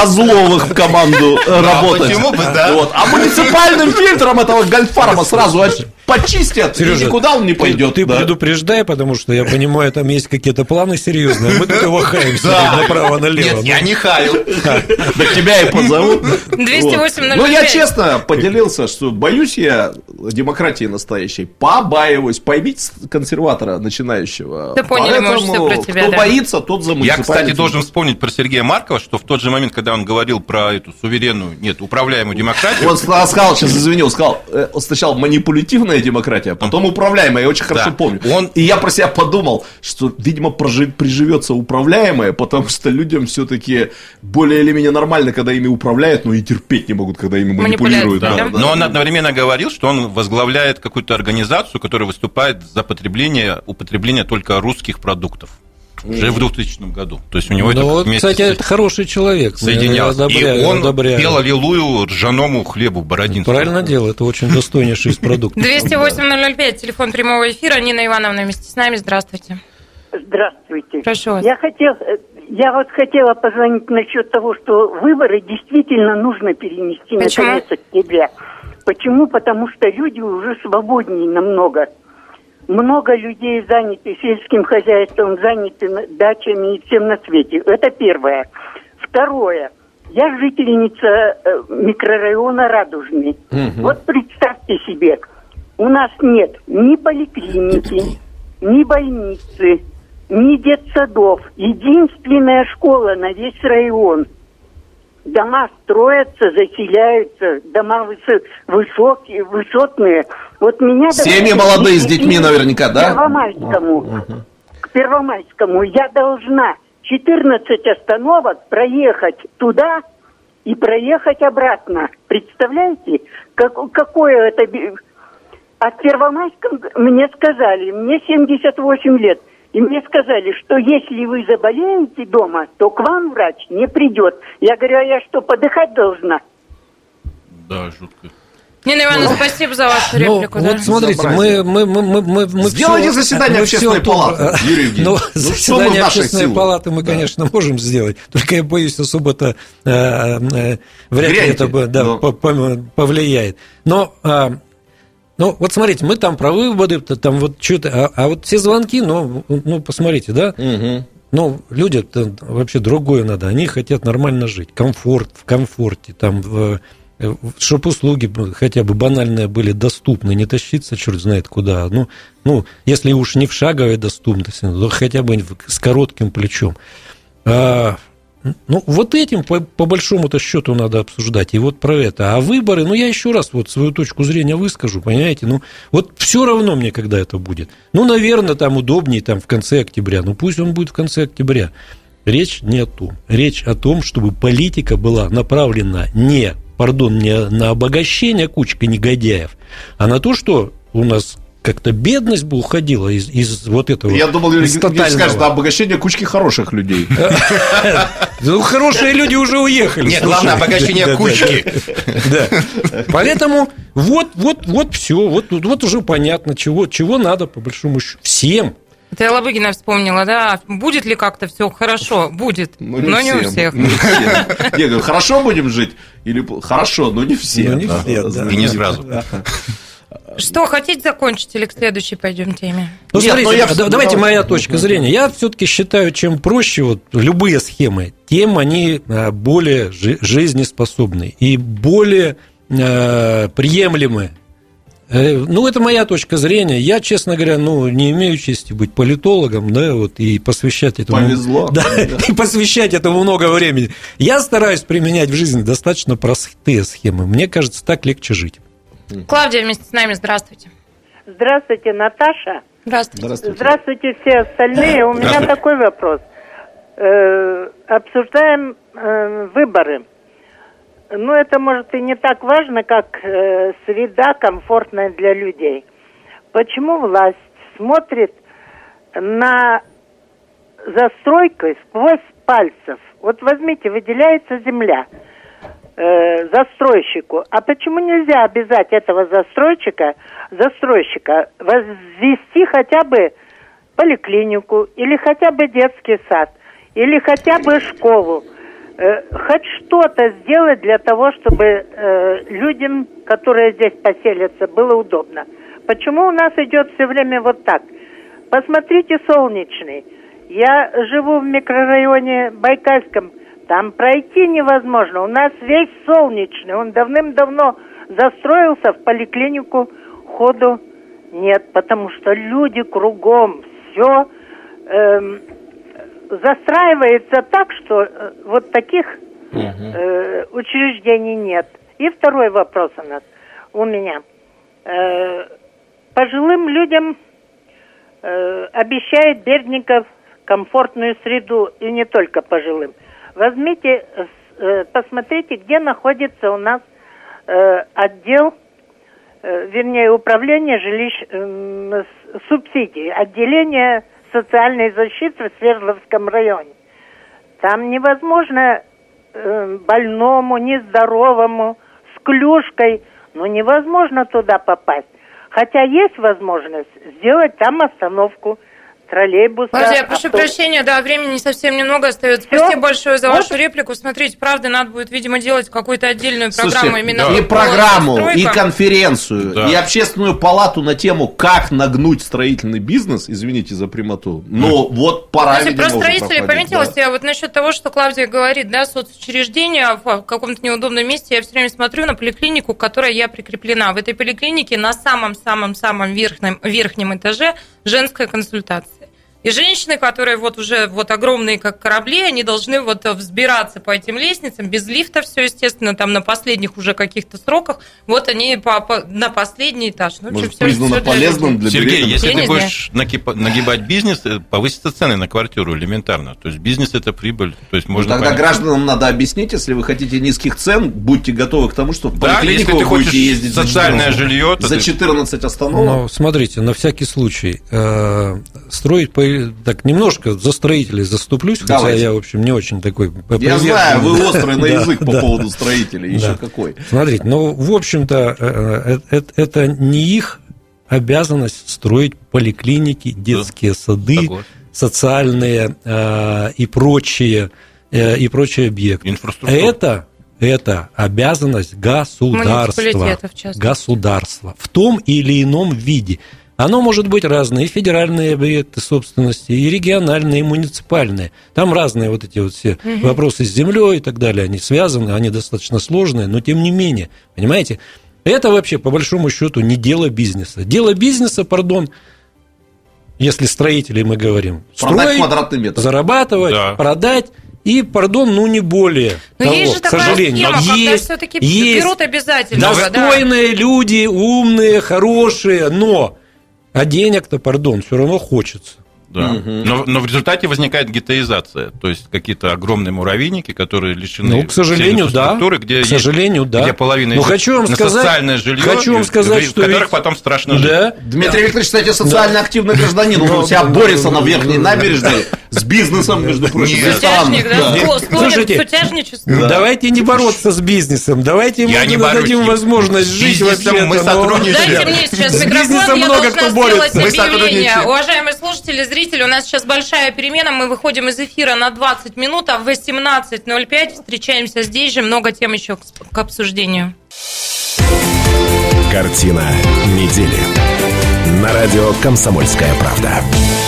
новых в команду работать. Почему бы, да? Вот. А муниципальным фильтром этого Гольфарма сразу почистят, Сережа, и никуда он не пойдет. Ты, ты да. предупреждай, потому что я понимаю, там есть какие-то планы серьезные. Мы тут его хаемся направо-налево. Нет, я не хаю. Да тебя и позовут. двести восемь ноль пять. Ну, я честно поделился, что боюсь я демократии настоящей. Побаиваюсь. Поймите консерватора начинающего. Ты поняли, может, все про тебя, кто да. боится, тот за муниципальный. Я, кстати, должен вспомнить про Сергея Маркова, что в тот же момент, когда он говорил про эту суверенную, нет, управляемую демократию... Он сказал, сейчас извини, он сказал, сначала манипулятивная демократия, а потом управляемая, я очень хорошо да. помню. Он... И я про себя подумал, что, видимо, прожи... приживется управляемая, потому что людям все-таки более или менее нормально, когда ими управляют, но и терпеть не могут, когда ими манипулируют. Да. Да, да. Но он одновременно говорил, что он возглавляет какую-то организацию, которая выступает за потребление, употребление только русских продуктов. Уже в двухтысячном году. То есть у него ну, это кстати, это хороший человек. Соединялся. Одобряю, и он одобряю. пел аллилуйю ржаному хлебу бородинскому. Правильно делал, это очень достойнейший из продуктов. двести восемь ноль ноль пять, телефон прямого эфира. Нина Ивановна вместе с нами. Здравствуйте. Здравствуйте. Прошу вас. Я хотел, я вот хотела позвонить насчет того, что выборы действительно нужно перенести на конец октября. Почему? Потому что люди уже свободнее намного. Много людей заняты сельским хозяйством, заняты дачами и всем на свете. Это первое. Второе. Я жительница микрорайона Радужный. Угу. Вот представьте себе, у нас нет ни поликлиники, ни больницы, ни детсадов. Единственная школа на весь район. Дома строятся, заселяются, дома высо- высокие, высотные. Вот меня... Семьи молодые с детьми наверняка, да? К Первомайскому. Uh-huh. К Первомайскому я должна четырнадцать остановок проехать туда и проехать обратно. Представляете, как, какое это... А в Первомайском мне сказали, мне семьдесят восемь лет, и мне сказали, что если вы заболеете дома, то к вам врач не придет. Я говорю, а я что, подыхать должна? Да, жутко. Нина Ивановна, ну, спасибо за вашу реплику. Ну, да. Вот смотрите, мы, мы, мы, мы, мы сделайте все, заседание мы общественной все, палаты, Юрий Евгеньевич. Ну, ну, заседание общественной силы? палаты мы, конечно, да. можем сделать. Только я боюсь, особо-то э, э, вряд ли это да, но... повлияет. Но... Ну, вот смотрите, мы там про выводы, там вот что-то, а, а вот все звонки, ну, ну посмотрите, да, угу. ну, люди вообще другое надо, они хотят нормально жить, комфорт, в комфорте, там, чтобы услуги хотя бы банальные были доступны, не тащиться черт знает куда, ну, ну если уж не в шаговой доступности, то хотя бы с коротким плечом. А, ну, вот этим, по, по большому-то счету, надо обсуждать. И вот про это. А выборы, ну, я еще раз вот свою точку зрения выскажу, понимаете? Ну, вот все равно мне, когда это будет. Ну, наверное, там удобнее там, в конце октября. Ну, пусть он будет в конце октября. Речь не о том. Речь о том, чтобы политика была направлена не, пардон, не на обогащение кучкой негодяев, а на то, что у нас... как-то бедность бы уходила из, из вот этого. Я думал, Юрий скажет, обогащение кучки хороших людей. Ну, хорошие люди уже уехали. Нет, главное, обогащение кучки. Поэтому вот, вот, вот все, вот, вот уже понятно, чего, чего надо, по большому счету, всем. Это я Лобыгина вспомнила, да? Будет ли как-то все хорошо? Будет, но не, но не у всех. Не всех. Я говорю, хорошо будем жить? Или хорошо, но не все. Но не все, да. И не сразу. Что, хотите закончить или к следующей пойдем теме? Ну, Нет, смотрите, я... давайте моя точка зрения. Я все-таки считаю, чем проще вот любые схемы, тем они более жизнеспособны и более э, приемлемы. Ну, это моя точка зрения. Я, честно говоря, ну, не имею чести быть политологом, да, вот, и посвящать этому... Повезло. Да, и посвящать этому много времени. Я стараюсь применять в жизни достаточно простые схемы. Мне кажется, так легче жить. Клавдия вместе с нами, здравствуйте. Здравствуйте, Наташа. Здравствуйте. Здравствуйте, Здравствуйте все остальные. У меня такой вопрос. Э, обсуждаем э, выборы. Ну, это, может, и не так важно, как э, среда комфортная для людей. Почему власть смотрит на застройку сквозь пальцев? Вот возьмите, выделяется земля э, застройщику. А почему нельзя обязать этого застройщика, застройщика возвести хотя бы поликлинику, или хотя бы детский сад, или хотя бы школу? э, хоть что-то сделать для того, чтобы э, людям, которые здесь поселятся, было удобно. Почему у нас идет все время вот так? Посмотрите, Солнечный. Я живу в микрорайоне Байкальском. Там пройти невозможно. У нас весь Солнечный. Он давным-давно застроился, в поликлинику ходу нет. Потому что люди кругом все эм, застраивается так, что э, вот таких э, учреждений нет. И второй вопрос у нас, у меня. Э, пожилым людям э, обещает Бердников комфортную среду, и не только пожилым. Возьмите, э, посмотрите, где находится у нас э, отдел, э, вернее, управление жилищ, э, субсидий, отделение социальной защиты в Свердловском районе. Там невозможно э, больному, нездоровому, с клюшкой, ну невозможно туда попасть. Хотя есть возможность сделать там остановку троллейбуса. Подожди, я прошу автобус. прощения, да, времени совсем немного остается. Все? Спасибо большое за вашу вот. реплику. Смотрите, правда, надо будет, видимо, делать какую-то отдельную программу. Слушайте, именно да. И программу, и конференцию, да. и общественную палату на тему, как нагнуть строительный бизнес, извините за прямоту, но mm. вот пора, видимо, про строителей пометилась да. я вот насчет того, что Клавдия говорит, да, соцучреждение в каком-то неудобном месте, я все время смотрю на поликлинику, к которой я прикреплена. В этой поликлинике на самом-самом-самом верхнем, верхнем этаже женская консультация. И женщины, которые вот уже вот огромные, как корабли, они должны вот взбираться по этим лестницам, без лифта все, естественно, там на последних уже каких-то сроках, вот они по, по, на последний этаж. Ну, может, все, признано все полезным для Сергей, беременных. если я ты будешь нагибать, нагибать бизнес, повысятся цены на квартиру элементарно. То есть бизнес – это прибыль. То есть можно ну, тогда понять. Гражданам надо объяснить, если вы хотите низких цен, будьте готовы к тому, что в да, поликлинику вы будете ездить социальное за жилье, за четырнадцать остановок. Ну, смотрите, на всякий случай, э, строить по... так немножко за строителей заступлюсь, хотя Давайте. я, в общем, не очень такой... Я знаю, вы острый на язык по поводу строителей, еще какой. Смотрите, ну, в общем-то, это не их обязанность строить поликлиники, детские сады, социальные и прочие и прочие объекты. Это... Это обязанность государства, государства в том или ином виде. Оно может быть разное, и федеральные объекты собственности, и региональные, и муниципальные. Там разные вот эти вот все угу. вопросы с землей и так далее, они связаны, они достаточно сложные, но тем не менее, понимаете, это вообще по большому счету не дело бизнеса. Дело бизнеса, пардон, если строителей мы говорим, продать квадратный метр, зарабатывать, да. продать. И, пардон, ну не более Но того, есть же к сожалению. Схема, есть, когда все-таки берут обязательно. Достойные да. люди, умные, хорошие, но а денег-то, пардон, все равно хочется. Да. Угу. Но, но в результате возникает гетеизация, то есть какие-то огромные муравейники, которые лишены ну, к сожалению, да. где, к сожалению, есть, да. где половина но хочу вам на сказать, социальное жилье, хочу вам сказать, в что которых ведь... потом страшно да. жить. Дмитрий Викторович, кстати, социально активный гражданин, он у себя борется на верхней набережной с бизнесом, между прочим, ресторанным. Слушайте, давайте не бороться с бизнесом, давайте ему дадим возможность жить вообще. Мы сотрудничаем. Дайте мне сейчас микрофон, я должна сделать объявление. Уважаемые слушатели, зрители, у нас сейчас большая перемена, мы выходим из эфира на двадцать минут, а в восемнадцать ноль пять встречаемся здесь же, много тем еще к обсуждению. Картина недели. На радио «Комсомольская правда».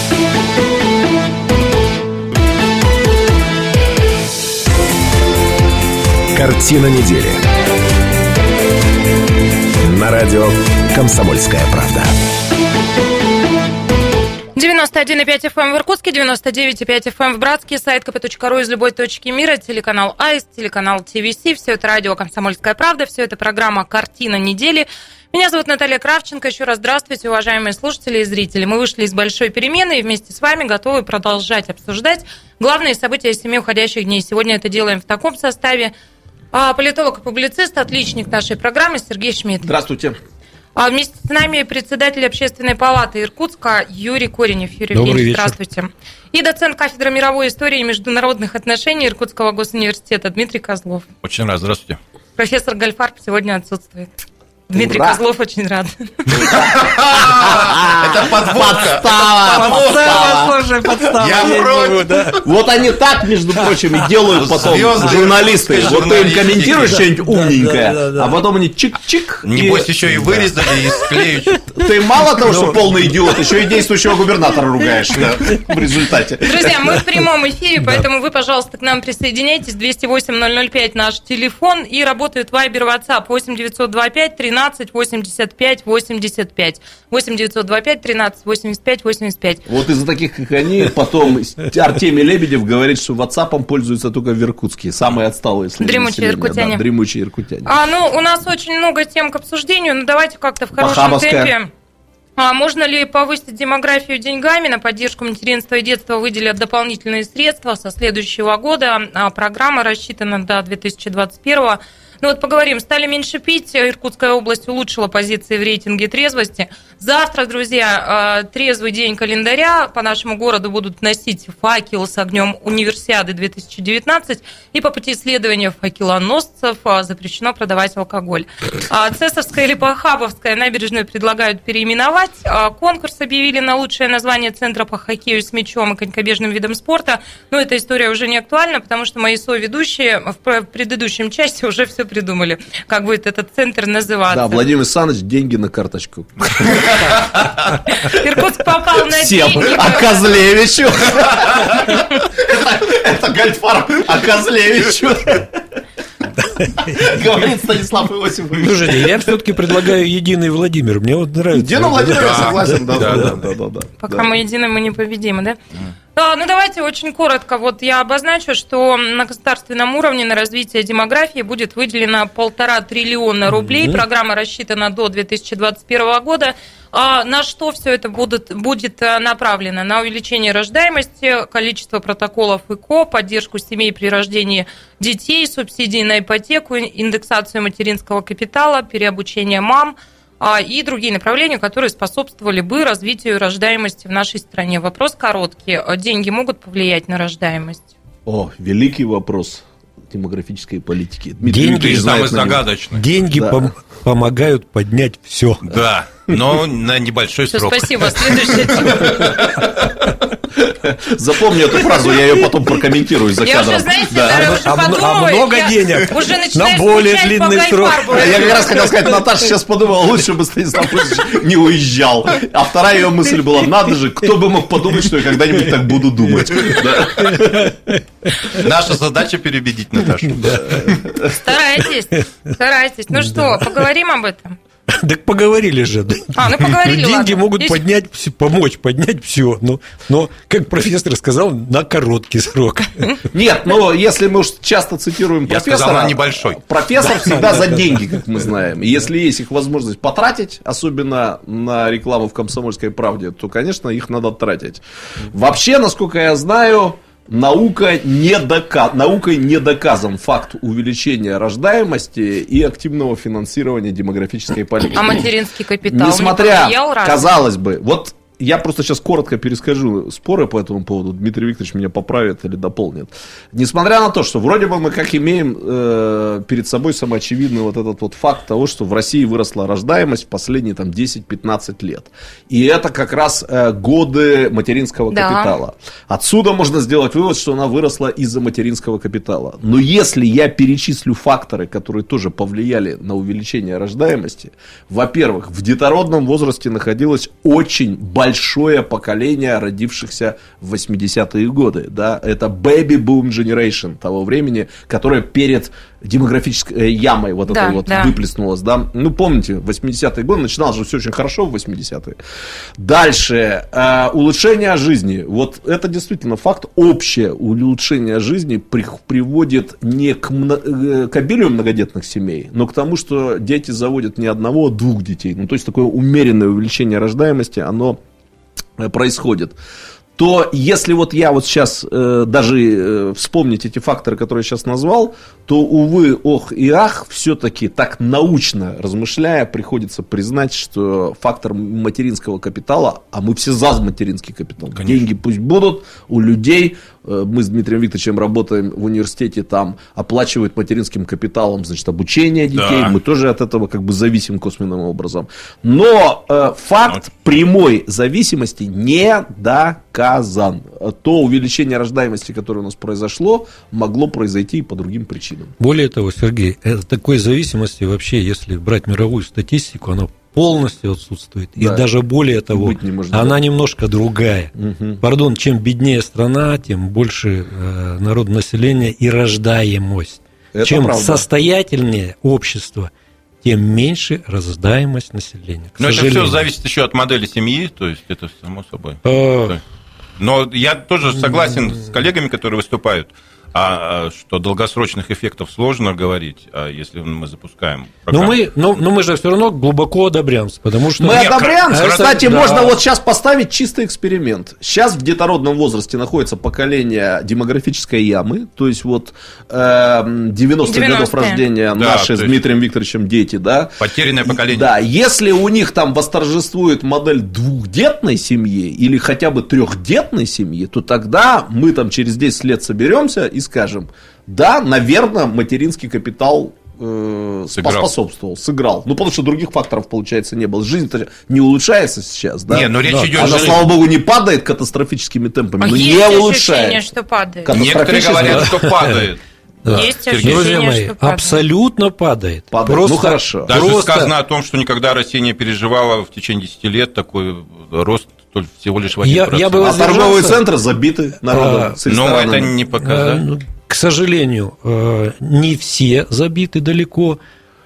Картина недели. На радио «Комсомольская правда». девяносто один и пять эф эм в Иркутске, девяносто девять и пять эф эм в Братске, сайт ка пэ точка ру из любой точки мира, телеканал АИС, телеканал ти ви си, все это радио «Комсомольская правда», все это программа «Картина недели». Меня зовут Наталья Кравченко. Еще раз здравствуйте, уважаемые слушатели и зрители. Мы вышли из большой перемены и вместе с вами готовы продолжать обсуждать главные события семи уходящих дней. Сегодня это делаем в таком составе. Политолог и публицист, отличник нашей программы Сергей Шмидт. Здравствуйте. А вместе с нами председатель Общественной палаты Иркутска Юрий Коренев. Юрий Евгеньевич, здравствуйте. И доцент кафедры мировой истории и международных отношений Иркутского госуниверситета Дмитрий Козлов. Очень рад, здравствуйте. Профессор Гальфарб сегодня отсутствует. Дмитрий Ура! Козлов очень рад. Это подводка. Подстава! Слушай, подстава. Я есть против. его, да. Вот они так, между прочим, и делают потом Звезды журналисты. Вот ты им журналистики. комментируешь что-нибудь Да, умненькое, да, да, да. а потом они чик-чик. Небось, и- еще и вырезали, и склеют. Ты мало того, что полный идиот, еще и действующего губернатора ругаешь, да, в результате. Друзья, мы в прямом эфире, поэтому вы, пожалуйста, к нам присоединяйтесь. двести восемь ноль ноль пять наш телефон. И работает Вайбер, WhatsApp восемь девятьсот двадцать пять тринадцать восемьдесят пять восемьдесят пять. восемь девятьсот двадцать пять тринадцать восемьдесят пять восемьдесят пять. Вот из-за таких, как они, потом Артемий Лебедев говорит, что WhatsApp пользуются только в Иркутске. Самые отсталые слои Дремучие населения, иркутяне. Да, дремучие иркутяне. А, ну, у нас очень много тем к обсуждению, но давайте как-то в хорошем Похабовская. темпе. А можно ли повысить демографию деньгами? На поддержку материнства и детства выделят дополнительные средства со следующего года. А программа рассчитана до две тысячи двадцать первого. Ну вот поговорим. Стали меньше пить. Иркутская область улучшила позиции в рейтинге трезвости. Завтра, друзья, трезвый день календаря. По нашему городу будут носить факел с огнем Универсиады две тысячи девятнадцать. И по пути исследования факелоносцев запрещено продавать алкоголь. Цесовская или Похабовская набережную предлагают переименовать. Конкурс объявили на лучшее название центра по хоккею с мячом и конькобежным видом спорта. Но эта история уже не актуальна, потому что мои соведущие в предыдущем части уже все придумали, как будет этот центр называться. Да, Владимир Александрович, деньги на карточку. Иркутск попал на Всем. деньги. А Козлевичу? Это Гольдфарм. А Козлевичу? Говорит Станислав Иосифович. Слушайте, я все-таки предлагаю единый Владимир. Мне вот нравится. Дина Владимир, я согласен. Да, да, да, да. да, да. Пока мы едины, мы непобедимы, да? А, ну, давайте очень коротко. Вот я обозначу, что на государственном уровне на развитие демографии будет выделено полтора триллиона рублей. Mm-hmm. Программа рассчитана до две тысячи двадцать первого года. А на что все это будет, будет направлено? На увеличение рождаемости, количество протоколов ИКО, поддержку семей при рождении детей, субсидии на ипотеку, индексацию материнского капитала, переобучение мам и другие направления, которые способствовали бы развитию рождаемости в нашей стране. Вопрос короткий. Деньги могут повлиять на рождаемость? О, великий вопрос демографической политики. Дмитрий Деньги Викторович знает самый на него. загадочный. Деньги Да. пом- помогают поднять все. Да, но на небольшой Все, срок. спасибо. Следующая тема. Запомни эту фразу, я ее потом прокомментирую за Я кадром. уже, знаете, Да. я уже А, а подумаю, много я денег уже на начинаю более скучать длинный по срок. Гольфарбу. А я как раз хотел сказать, Наташа сейчас подумала, лучше бы Станислав Ильич не уезжал. А вторая ее мысль была, надо же, кто бы мог подумать, что я когда-нибудь так буду думать. Да. Наша задача переубедить Наташу. Старайтесь, старайтесь. Ну что, поговорим об этом? Так поговорили же. А, ну поговорили, Деньги ладно. могут Есть- поднять, всё- помочь поднять все, но, но, как профессор сказал, на короткий срок. Нет, но если мы уж часто цитируем Я профессора, сказал, на небольшой. профессор всегда за деньги, как мы знаем. И если есть их возможность потратить, особенно на рекламу в «Комсомольской правде», то, конечно, их надо тратить. Вообще, насколько я знаю, наука не дока... наукой не доказан факт увеличения рождаемости и активного финансирования демографической политики. А материнский капитал не Несмотря, повлиял разве? казалось бы, вот я просто сейчас коротко перескажу споры по этому поводу. Дмитрий Викторович меня поправит или дополнит. Несмотря на то, что вроде бы мы как имеем э, перед собой самоочевидный вот этот вот факт того, что в России выросла рождаемость в последние там десять-пятнадцать лет. И это как раз э, годы материнского Да. капитала. Отсюда можно сделать вывод, что она выросла из-за материнского капитала. Но если я перечислю факторы, которые тоже повлияли на увеличение рождаемости, во-первых, в детородном возрасте находилось очень большое поколение родившихся в восьмидесятые годы. Да? Это baby boom generation того времени, которое перед демографической ямой вот Да, этой вот да. выплеснулось. Да? Ну, помните, восьмидесятые годы начиналось же все очень хорошо в восьмидесятые. Дальше. Э, улучшение жизни. Вот это действительно факт. Общее улучшение жизни при, приводит не к, мно, э, к обилию многодетных семей, но к тому, что дети заводят не одного, а двух детей. Ну, то есть такое умеренное увеличение рождаемости, оно э, происходит. То если вот я вот сейчас э, даже э, вспомнить эти факторы, которые я сейчас назвал, то, увы, ох и ах, все-таки так научно размышляя, приходится признать, что фактор материнского капитала, а мы все за материнский капитал, Конечно. деньги пусть будут у людей, мы с Дмитрием Викторовичем работаем в университете, там оплачивают материнским капиталом, значит, обучение детей, да. Мы тоже от этого как бы зависим косвенным образом. Но э, факт прямой зависимости не доказан. То увеличение рождаемости, которое у нас произошло, могло произойти и по другим причинам. Более того, Сергей, такой зависимости вообще, если брать мировую статистику, она полностью отсутствует. Да. И даже более того, она да. немножко другая. Угу. Пардон, чем беднее страна, тем больше э, народонаселения и рождаемость. Это чем правда. Состоятельнее общество, тем меньше рождаемость населения. Но это все зависит еще от модели семьи, то есть это само собой. А... Но я тоже согласен с коллегами, которые выступают. А что долгосрочных эффектов сложно говорить, а если мы запускаем программу. Но мы, но, но мы же все равно глубоко одобряем, потому что... Мы Нет, одобряем, это, кстати, да. можно вот сейчас поставить чистый эксперимент. Сейчас в детородном возрасте находится поколение демографической ямы, то есть вот э, девяностых годов рождения, да, наши с Дмитрием Викторовичем дети, да. Потерянное поколение. Да, если у них там восторжествует модель двухдетной семьи или хотя бы трехдетной семьи, то тогда мы там через десять лет соберемся и скажем, да, наверное, материнский капитал э, поспособствовал, сыграл. Ну, потому что других факторов, получается, не было. Жизнь-то не улучшается сейчас, да? Не, но речь да. идет... Она, слава богу, не падает катастрофическими темпами, а но есть не ощущение, улучшается. что падает. Некоторые говорят, что падает. Да. Есть ощущение, Друзья мои, что падает. Абсолютно падает. падает. Просто, ну хорошо. Даже просто... сказано о том, что никогда Россия не переживала в течение десяти лет такой рост всего лишь в один процент. Я, я бы а торговые центры забиты народом. А, но это не показатель. К сожалению, не все забиты далеко.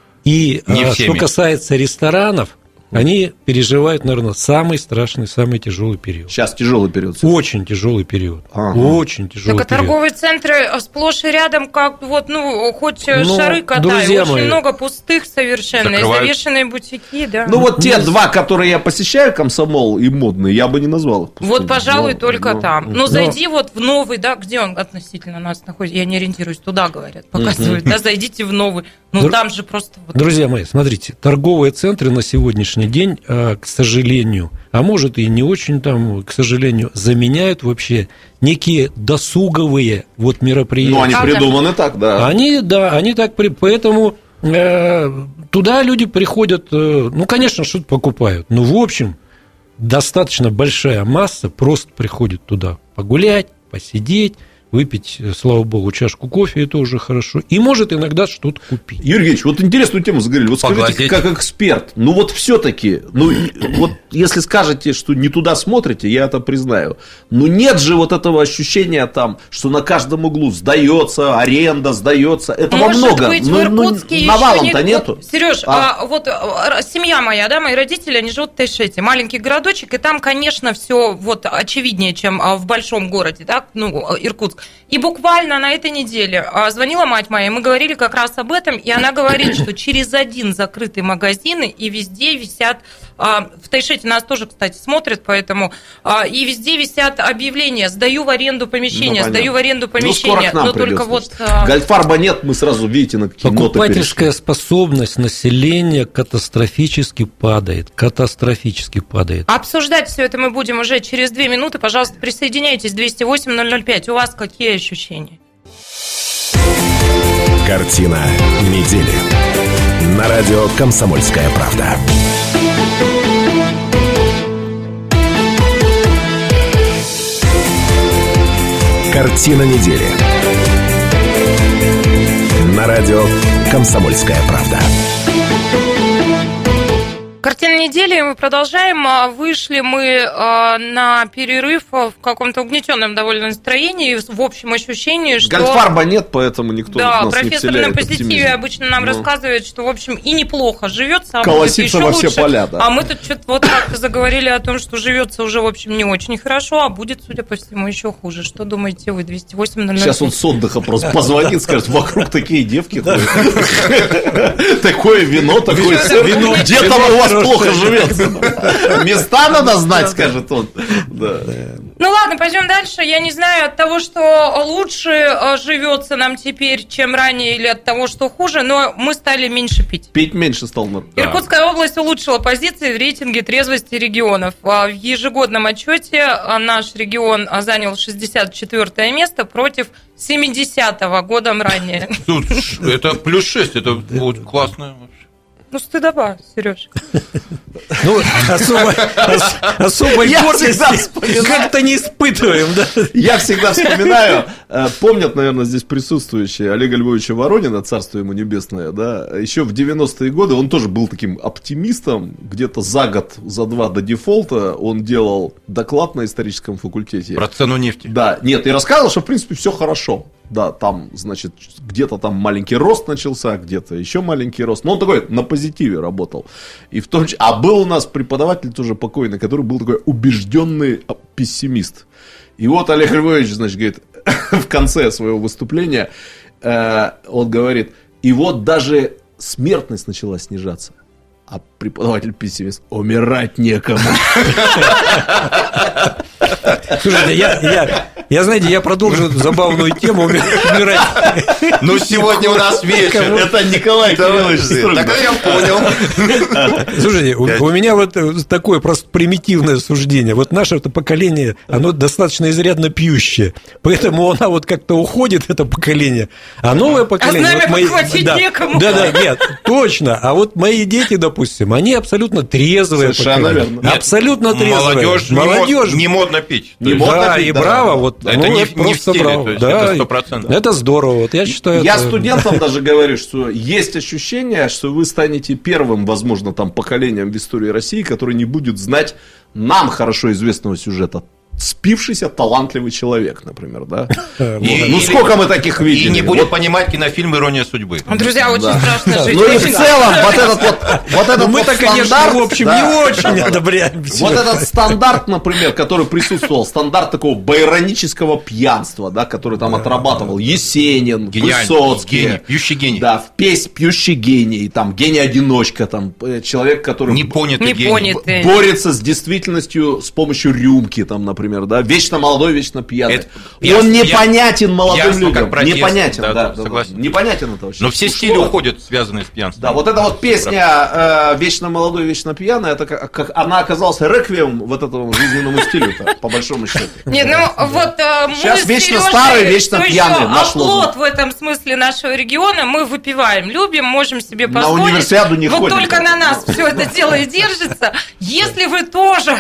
И не что касается ресторанов, они переживают, наверное, самый страшный, самый тяжелый период. Сейчас тяжелый период. Очень тяжелый период. Ага. Очень тяжелый так, период. А торговые центры сплошь и рядом, как вот, ну, хоть ну, шары катай, очень мои, много пустых совершенно, закрывают. И завешенные бутики, да. Ну, вот те два, которые я посещаю, Комсомол и Модный, я бы не назвал их пустыми. Вот, пожалуй, но, только но, там. Но, но зайди вот в новый, да, где он относительно нас находится, я не ориентируюсь, туда, говорят, показывают, да, зайдите в новый. Ну, там же просто... Друзья мои, смотрите, торговые центры на сегодняшний день, к сожалению, а может и не очень там, к сожалению, заменяют вообще некие досуговые вот мероприятия. Ну, они придуманы так, да. Они, да, они так, поэтому э, туда люди приходят, э, ну, конечно, что-то покупают, но, в общем, достаточно большая масса просто приходит туда погулять, посидеть, выпить, слава богу, чашку кофе, это уже хорошо. И может иногда что-то купить. Юрий Евгеньевич, вот интересную тему заговорили. Вот скажите, Поглазеть. Как эксперт, ну вот все-таки, ну вот если скажете, что не туда смотрите, я это признаю. Но нет же вот этого ощущения там, что на каждом углу сдается, аренда сдается. Этого может много. Быть, ну, в Иркутске ну, навалом-то не... нету. Вот, Сереж, а? А, вот семья моя, да, мои родители, они живут в Тайшете, маленький городочек, и там, конечно, все вот очевиднее, чем в большом городе, да, ну, Иркутск. И буквально на этой неделе звонила мать моя, и мы говорили как раз об этом, и она говорит, что через один закрытый магазин, и везде висят, в Тайшете нас тоже, кстати, смотрят, поэтому, и везде висят объявления: сдаю в аренду помещение, ну, сдаю в аренду помещение, ну, но только вот... Гольдфарба нет, мы сразу, видите, на какие ноты перешли. Покупательская способность населения катастрофически падает, катастрофически падает. Обсуждать все это мы будем уже через две минуты, пожалуйста, присоединяйтесь, двести восемь ноль ноль пять, у вас какие Какие ощущения? Картина недели. На радио «Комсомольская правда». Картина недели. На радио «Комсомольская правда». Картина недели, мы продолжаем. Вышли мы на перерыв в каком-то угнетенном довольно настроении, в общем ощущении, что... Гольдфарба нет, поэтому никто да, нас не вселяет профессор на позитиве оптимизм. Обычно нам ну. рассказывает, что, в общем, и неплохо живется, а колосится будет во еще все лучше. поля, да. А мы тут что-то вот как-то заговорили о том, что живется уже, в общем, не очень хорошо, а будет, судя по всему, еще хуже. Что думаете вы? двести восемь ноль ноль пять. Сейчас он с отдыха просто позвонит, скажет: вокруг такие девки ходят. Такое вино, такое вино. Где там у вас плохо живется? Места надо знать, скажет он. Да. Ну ладно, пойдем дальше. Я не знаю, от того, что лучше живется нам теперь, чем ранее, или от того, что хуже, но мы стали меньше пить. Пить меньше стал. Да. Иркутская область улучшила позиции в рейтинге трезвости регионов. В ежегодном отчете наш регион занял шестьдесят четвёртое место против семидесятого годом ранее. Тут это плюс шесть, это вот классно вообще. Ну, стыдоба, Сереж. Ну, особой, особой гордости как-то не испытываем, да? Я всегда вспоминаю, помнят, наверное, здесь присутствующие Олега Львовича Воронина, царство ему небесное, да, еще в девяностые годы он тоже был таким оптимистом, где-то за год, за два до дефолта он делал доклад на историческом факультете. Про цену нефти. Да, нет, и рассказывал, что, в принципе, все хорошо. Да, там, значит, где-то там маленький рост начался, где-то еще маленький рост. Но он такой на позитиве работал. И в том числе... А был у нас преподаватель тоже покойный, который был такой убежденный пессимист. И вот Олег Львович, значит, говорит, в конце своего выступления, э, он говорит, и вот даже смертность начала снижаться. А преподаватель пессимист, умирать некому. Слушайте, я, я, я, знаете, я продолжу забавную тему умирать. Ну, сегодня у нас вечер. Это Николай Кириллович Строгов. Так я понял. Слушайте, у, у меня вот такое просто примитивное суждение. Вот наше это поколение, оно достаточно изрядно пьющее. Поэтому оно вот как-то уходит, это поколение. А новое поколение... А с нами вот мои, похватить да, некому. Да, да, нет, точно. А вот мои дети, допустим, они абсолютно трезвые. Совершенно верно. Нет, абсолютно трезвые. Молодежь, Молодежь. Не модно пить. Не есть, модно да, пить, и да. браво. Вот, это ну, не, это не в просто стиле, браво. то есть Да, это сто процентов. Это здорово. Вот я считаю, Я это... студентам даже говорю, что есть ощущение, что вы станете первым, возможно, там, поколением в истории России, который не будет знать нам хорошо известного сюжета. Спившийся талантливый человек, например, да? И, ну, или, сколько мы таких видели? И не будет вот. понимать кинофильм «Ирония судьбы». Друзья, очень Да. страшно жить. Ну и в Очень целом, вот этот вот, вот этот Мы-то, вот конечно, стандарт, в общем, да. не очень одобряем. Вот этот стандарт, например, который присутствовал, стандарт такого байронического пьянства, да, который там отрабатывал Есенин, Гениальный, Высоцкий. гений, пьющий гений. Да, в песнь «Пьющий гений», там, гений-одиночка, там, э, человек, который Непонятый Не гений. понятый. борется с действительностью с помощью рюмки, там, например, да, вечно молодой, вечно пьяный. Это Он ясно, непонятен я- молодым ясно, людям. как протест, Непонятен, да, да, да, да, да. согласен. Непонятен это вообще. Но все Ушло. стили уходят, связанные с пьянством. Да, вот эта вот песня э, «Вечно молодой, вечно пьяный», это как, как она оказалась реквием вот этому жизненному стилю-то, по большому счету. Нет, ну вот э, мы Сейчас с вечно Сережей, старый, вечно кто еще пьяный, наш оплот лозунг. в этом смысле нашего региона, мы выпиваем, любим, можем себе На позволить. универсиаду не вот ходим. только на нас все это дело и держится. Если вы тоже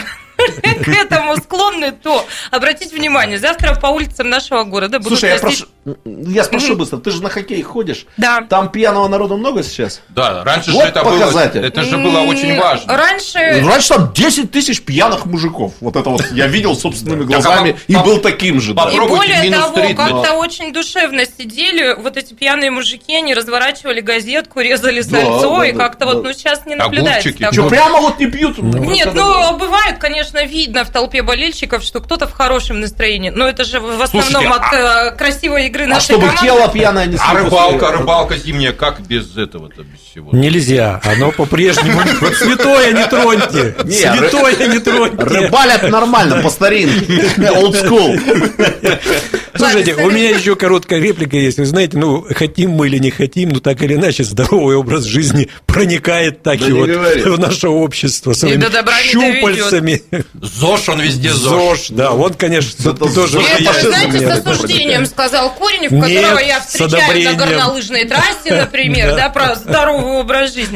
к этому склонны, то обратите внимание, завтра по улицам нашего города будут Слушай, я, носить... прошу, я спрошу быстро, ты же на хоккей ходишь? Да. Там пьяного народа много сейчас? Да, раньше Вот же это было, показатель. это же было очень важно. Раньше... Раньше там десять тысяч пьяных мужиков. Вот это вот я видел собственными глазами и был таким же. да. И Попробуйте более минус того, тридцать. как-то очень душевно сидели вот эти пьяные мужики, они разворачивали газетку, резали сальцо, да, и да, как-то да. вот, ну, сейчас не наблюдается Огурчики. такого. Что, прямо вот не пьют? Нет, Вот ну, это- бывает, конечно, видно в толпе болельщиков, что кто-то в хорошем настроении, но это же в основном Слушайте, от э, красивой игры А нашей чтобы команды. тело пьяное не А слилось. рыбалка, рыбалка зимняя, как без этого-то, без всего? Нельзя, оно по-прежнему. Вот святое не троньте. Не, Святое не троньте. Рыбалят нормально, по старинке. Old school. Слушайте, Ладно, у меня еще короткая реплика есть. Вы знаете, ну, хотим мы или не хотим, но так или иначе здоровый образ жизни проникает так Да и не вот говори. в наше общество своими до добра не щупальцами. ЗОЖ, он везде ЗОЖ. ЗОЖ, да, он, конечно, Это тоже ЗОЖ. Это, вы влияет на знаете, меня. с осуждением сказал Коренев, Нет, которого я с встречаю на одобрением. горнолыжной трассе, например, Да. да, про здоровый образ жизни.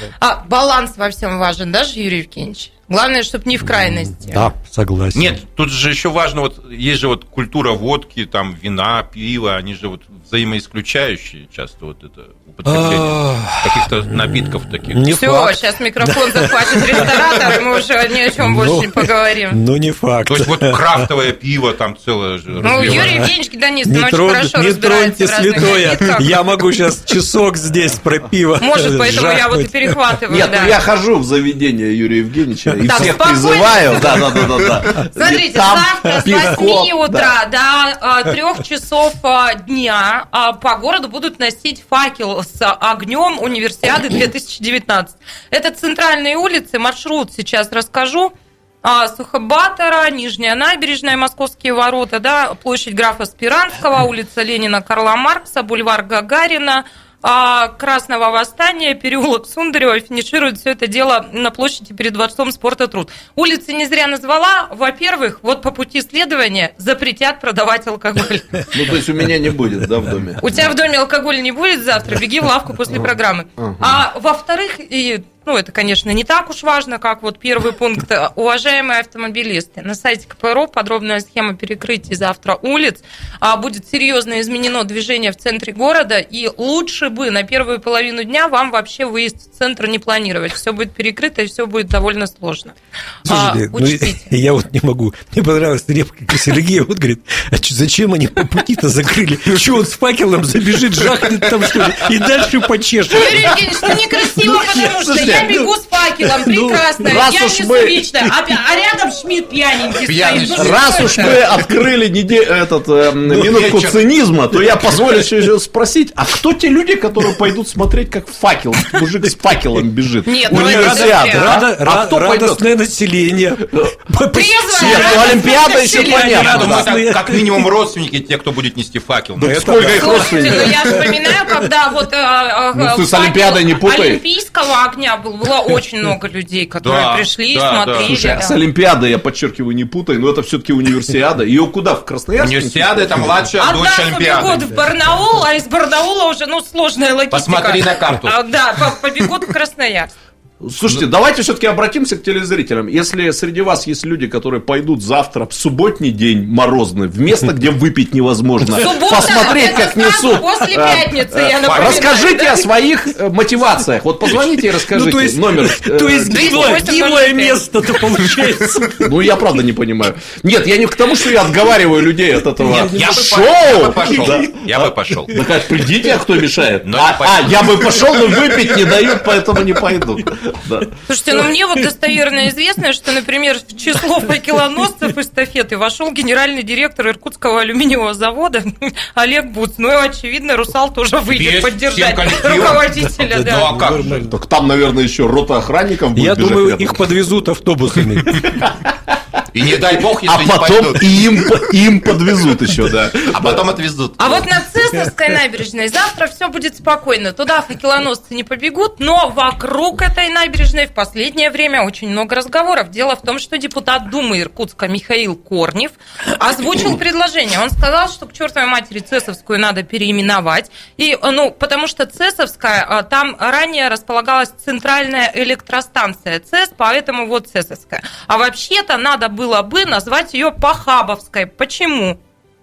А баланс во всем важен, да, же, Юрий Евгеньевич? Главное, чтобы не в крайности. Да, согласен. Нет, тут же еще важно, вот есть же вот культура водки, там вина, пива, они же вот взаимоисключающие часто вот это употребление каких-то напитков таких. Не Все, факт. сейчас микрофон захватит ресторатор, и мы уже ни о чем больше Ну, не поговорим. Ну, не факт. То есть вот крафтовое пиво там целое же Ну, развивается. Юрий Евгеньевич Гедонистов Не, очень трон- хорошо не разбирается троньте в разных святое. напитках. Я могу сейчас часок здесь про пиво. Может, поэтому я вот и жахнуть. перехватываю, Нет, да. ну я хожу в заведение Юрия Евгеньевича и Так, всех спокойно. призываю. Да, да, да, да, да. Смотрите, И там завтра с пивко, восьми утра да. до трех часов а, дня а, по городу будут носить факел с огнем Универсиады две тысячи девятнадцать. Это центральные улицы, маршрут сейчас расскажу. Сухобаттера, Нижняя набережная, Московские ворота, да, площадь графа Спиранского, улица Ленина, Карла Маркса, бульвар Гагарина, Красного Восстания, переулок Сундарева, финиширует все это дело на площади перед Дворцом спорта «Труд». Улицы не зря назвала. Во-первых, вот по пути следования запретят продавать алкоголь. Ну, то есть у меня не будет, да, в доме? У тебя в доме алкоголя не будет завтра, беги в лавку после программы. А во-вторых, и... Ну, это, конечно, не так уж важно, как вот первый пункт. Уважаемые автомобилисты, на сайте ка пэ эр у подробная схема перекрытия завтра улиц. Будет серьезно изменено движение в центре города, и лучше бы на первую половину дня вам вообще выезд в центр не планировать. Все будет перекрыто, и все будет довольно сложно. Слушайте, а, ну, я вот не могу. Мне понравилась реплика Сергея. Вот говорит, а что, зачем они по пути-то закрыли? Что он с факелом забежит, жахнет там, что ли, и дальше почешет? Юрий Евгеньевич, ну некрасиво, потому что я бегу с факелом, прекрасно, я несу лично, а, а рядом Шмидт пьяненький стоит. Ну, раз уж мы открыли неде... этот, э, ну, минутку вечер. цинизма, то я позволю еще спросить, а кто те люди, которые пойдут смотреть, как факел, мужик с факелом бежит? Нет, Универсиада. Рада, а кто радостное пойдет? Население. Нет, ну Олимпиада еще понятно. Как минимум родственники, те, кто будет нести факел. Сколько их родственников? Я вспоминаю, когда вот с Олимпиадой не путай. Олимпийского огня было очень много людей, которые пришли, смотрели. Слушай, с Олимпиадой, я подчеркиваю, не путай, но это все-таки универсиада. Ее куда, в Красноярске? Универсиада – это младшая дочь Олимпиады. Побегут в Барнаул, а из Барнаула уже, ну, сложная логистика. Посмотри на карту. Да, побегут в Красноярск. Слушайте, ну, давайте все-таки обратимся к телезрителям. Если среди вас есть люди, которые пойдут завтра в субботний день морозный, в место, где выпить невозможно, Суббота, посмотреть, как несут. После пятницы, я напоминаю. Расскажите да? о своих мотивациях. Вот позвоните и расскажите ну, то есть, номер. То есть гиблое место-то получается. Ну, я правда не понимаю. Нет, я не к тому, что я отговариваю людей от этого Нет, я шоу. Я бы пошел. Да. Я бы пошел. Так, придите, а кто мешает? Но а, а, я бы пошел, но выпить не дают, поэтому не пойду. Да. Слушайте, ну мне вот достоверно известно, что, например, в число факелоносцев эстафеты вошел генеральный директор Иркутского алюминиевого завода Олег Буц. Ну и, очевидно, «Русал» тоже выйдет Без поддержать руководителя. Да, да. Ну, а как же? Так там, наверное, еще рота охранников будет. Я думаю, рядом. Их подвезут автобусами. И не дай бог, если а потом не им, им подвезут еще, да. А потом отвезут. А вот на Цесовской набережной завтра все будет спокойно. Туда факелоносцы не побегут, но вокруг этой набережной в последнее время очень много разговоров. Дело в том, что депутат Думы Иркутска Михаил Корнев озвучил предложение. Он сказал, что к чертовой матери Цесовскую надо переименовать. И, ну, потому что Цесовская, там ранее располагалась центральная электростанция ЦЭС, поэтому вот Цесовская. А вообще-то надо было бы назвать ее Похабовской. Почему?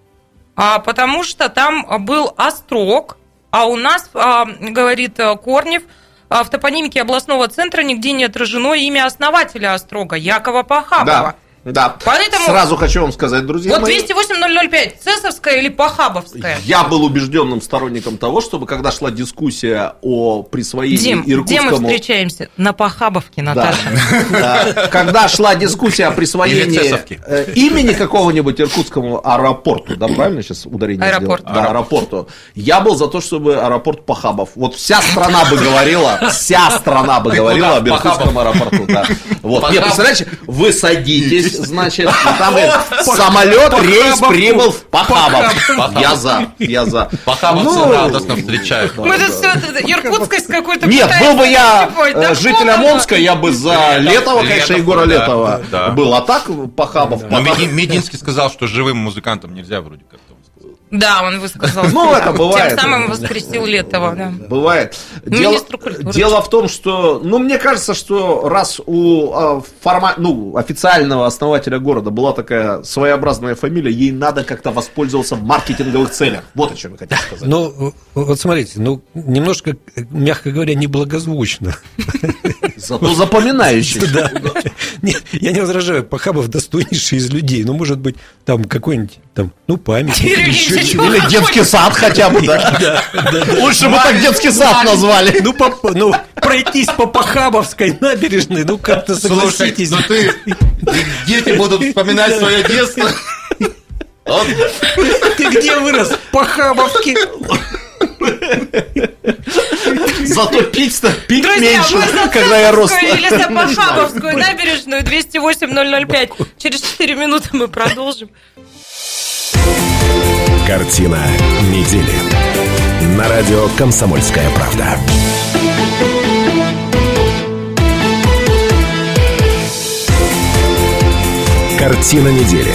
А, потому что там был острог, а у нас, а, говорит Корнев, в топонимике областного центра нигде не отражено имя основателя острога, Якова Похабова. Да. Да, поэтому сразу хочу вам сказать, друзья вот мои. двести восемь ноль ноль пять, Цесовская или Похабовская? Я был убежденным сторонником того, чтобы когда шла дискуссия о присвоении Дим, иркутскому... где мы встречаемся? На Похабовке, Наташа. Да. Когда шла дискуссия о присвоении имени какого-нибудь иркутскому аэропорту, да, правильно сейчас ударение аэропорт. сделал? Да, аэропорту. Я был за то, чтобы аэропорт Похабов. Вот вся страна бы говорила, вся страна бы говорила об иркутском аэропорту. Вот. Нет, представляете, вы садитесь, значит, там самолет, рейс прибыл в Похабов. Я за, я за. Похабовцы радостно встречают. Мы тут все иркутскость какой-то. Нет, был бы я жителем Омска, я бы за Летова, конечно, Егора Летова был. А так Похабов. Но Мединский сказал, что живым музыкантам нельзя вроде как. Да, он высказал. Ну, это бывает. Тем самым воскресил Летова. Да. Бывает. Дело, дело в том, что, ну, мне кажется, что раз у э, форма, ну, официального основателя города была такая своеобразная фамилия, ей надо как-то воспользоваться в маркетинговых целях. Вот о чем я хотел сказать. Ну, вот смотрите, ну, немножко, мягко говоря, неблагозвучно. Зато запоминающий. Да. Я не возражаю, Похабов достойнейший из людей. Ну, может быть, там какой-нибудь, там, ну, памятник. Или детский сад хотя бы, да? Да, да, да. Лучше бы так детский сад назвали. Ну, по, ну, пройтись по Похабовской набережной, ну, как-то согласитесь. Слушай, ну ты, дети будут вспоминать свое детство. Он... Ты где вырос? В Похабовке. Зато пить-то пить Друзья, меньше, вы за когда я рос. Цесарскую или за Похабовскую набережную двести восемь ноль ноль пять. Через четыре минуты мы продолжим. Картина недели. На радио «Комсомольская правда». Картина недели.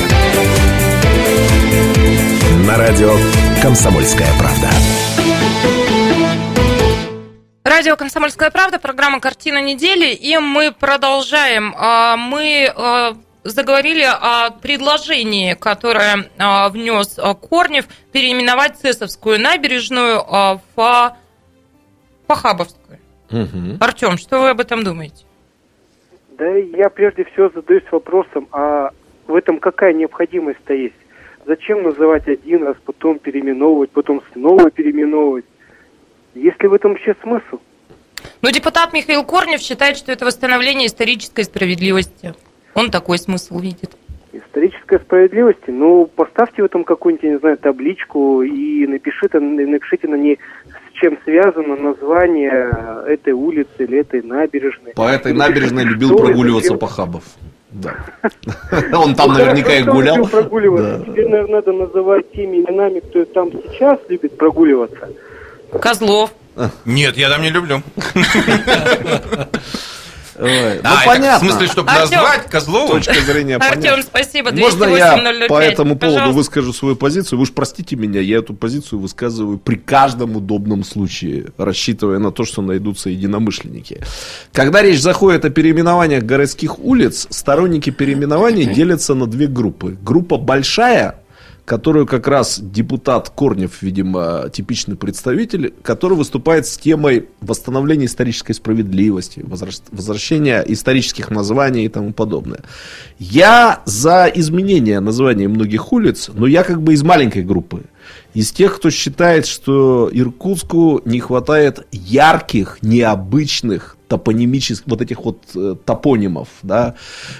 На радио «Комсомольская правда». Радио «Комсомольская правда», программа «Картина недели», и мы продолжаем. Мы заговорили о предложении, которое внес Корнев, переименовать Цесовскую набережную в Похабовскую. Угу. Артем, что вы об этом думаете? Да я прежде всего задаюсь вопросом, а в этом какая необходимость-то есть? Зачем называть один раз, потом переименовывать, потом снова переименовывать? Есть ли в этом вообще смысл? Ну, депутат Михаил Корнев считает, что это восстановление исторической справедливости. Он такой смысл видит. Исторической справедливости? Ну, поставьте в этом какую-нибудь, я не знаю, табличку и напишите, напишите на ней, с чем связано название этой улицы или этой набережной. По этой набережной любил прогуливаться Похабов. Да. Он там наверняка и гулял. Теперь, наверное, надо называть теми именами, кто там сейчас любит прогуливаться. Козлов. Нет, я там не люблю. Ой, ну, а, понятно. Это в смысле, чтобы Артём, назвать Козлова? Точка зрения понятна. Артем, спасибо. Можно я по этому поводу Пожалуйста. выскажу свою позицию? Вы уж простите меня, я эту позицию высказываю при каждом удобном случае, рассчитывая на то, что найдутся единомышленники. Когда речь заходит о переименованиях городских улиц, сторонники переименования делятся на две группы. Группа большая, которую как раз депутат Корнев, видимо, типичный представитель, который выступает с темой восстановления исторической справедливости, возвращения исторических названий и тому подобное. Я за изменение названий многих улиц, но я как бы из маленькой группы. Из тех, кто считает, что Иркутску не хватает ярких, необычных, топонимических, вот этих вот э, топонимов, да,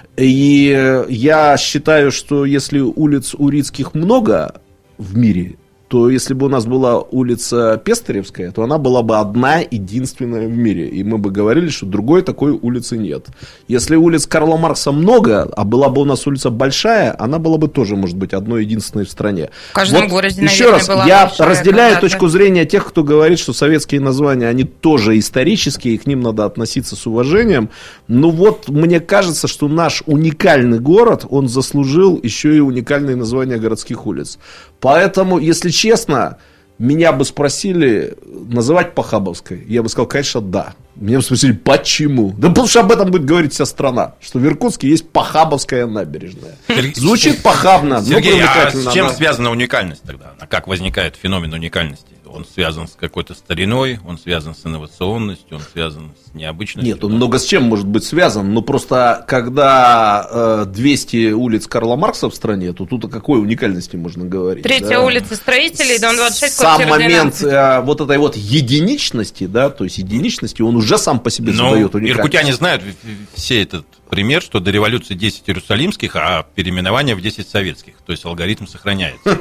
и я считаю, что если улиц урицких много в мире, то если бы у нас была улица Пестаревская, то она была бы одна, единственная в мире. И мы бы говорили, что другой такой улицы нет. Если улиц Карла Маркса много, а была бы у нас улица большая, она была бы тоже, может быть, одной единственной в стране. В каждом вот городе, еще наверное, раз, была я большая разделяю когда-то. точку зрения тех, кто говорит, что советские названия, они тоже исторические, и к ним надо относиться с уважением. Но вот мне кажется, что наш уникальный город, он заслужил еще и уникальные названия городских улиц. Поэтому, если честно, меня бы спросили называть Похабовской. Я бы сказал, конечно, да. Меня бы спросили, почему? Да потому что об этом будет говорить вся страна. Что в Иркутске есть Похабовская набережная. Звучит похабно, Сергей, но привлекательно. А с чем связана уникальность тогда? Как возникает феномен уникальности? Он связан с какой-то стариной, он связан с инновационностью, он связан с необычностью. Нет, он много с чем может быть связан. Но просто когда э, двести улиц Карла Маркса в стране, то тут о какой уникальности можно говорить? Третья да? улица Строителей, дом двадцать шесть, сам квартира момент двенадцать. э, вот этой вот единичности, да, то есть единичности, он уже сам по себе Но задает уникальность. иркутяне знают все этот пример, что до революции десять иерусалимских, а переименование в десять советских. То есть алгоритм сохраняется.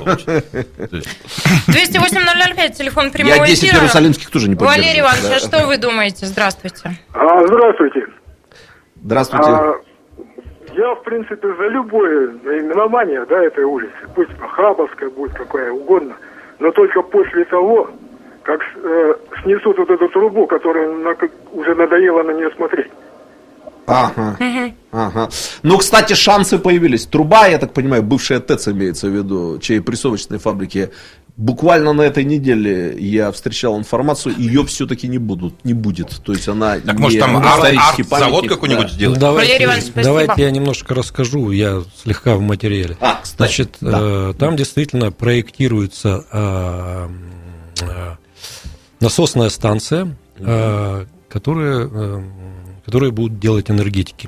двести восемь ноль ноль пять, телефон прямого эфира. Я десять иерусалимских тоже не поддерживаю. Валерий Иванович, да. а что вы думаете? Здравствуйте. А, здравствуйте. Здравствуйте. А, я, в принципе, за любое наименование, да, этой улицы, пусть Похабовская будет, какая угодно, но только после того, как э, снесут вот эту трубу, которая на, уже надоело на нее смотреть. Ага, ага. Ну, кстати, шансы появились. Труба, я так понимаю, бывшая ТЭЦ имеется в виду, чьей прессовочной фабрики. Буквально на этой неделе я встречал информацию, ее все-таки не будут, не будет. То есть она так не может там исторический арт-завод памятник, какой-нибудь да. сделать? Ну, давайте, Валерий Иванович, спасибо. давайте я немножко расскажу, я слегка в материале. А, кстати, Значит, да. э, там действительно проектируется э, э, насосная станция, э, которая, э, которая будут делать энергетики.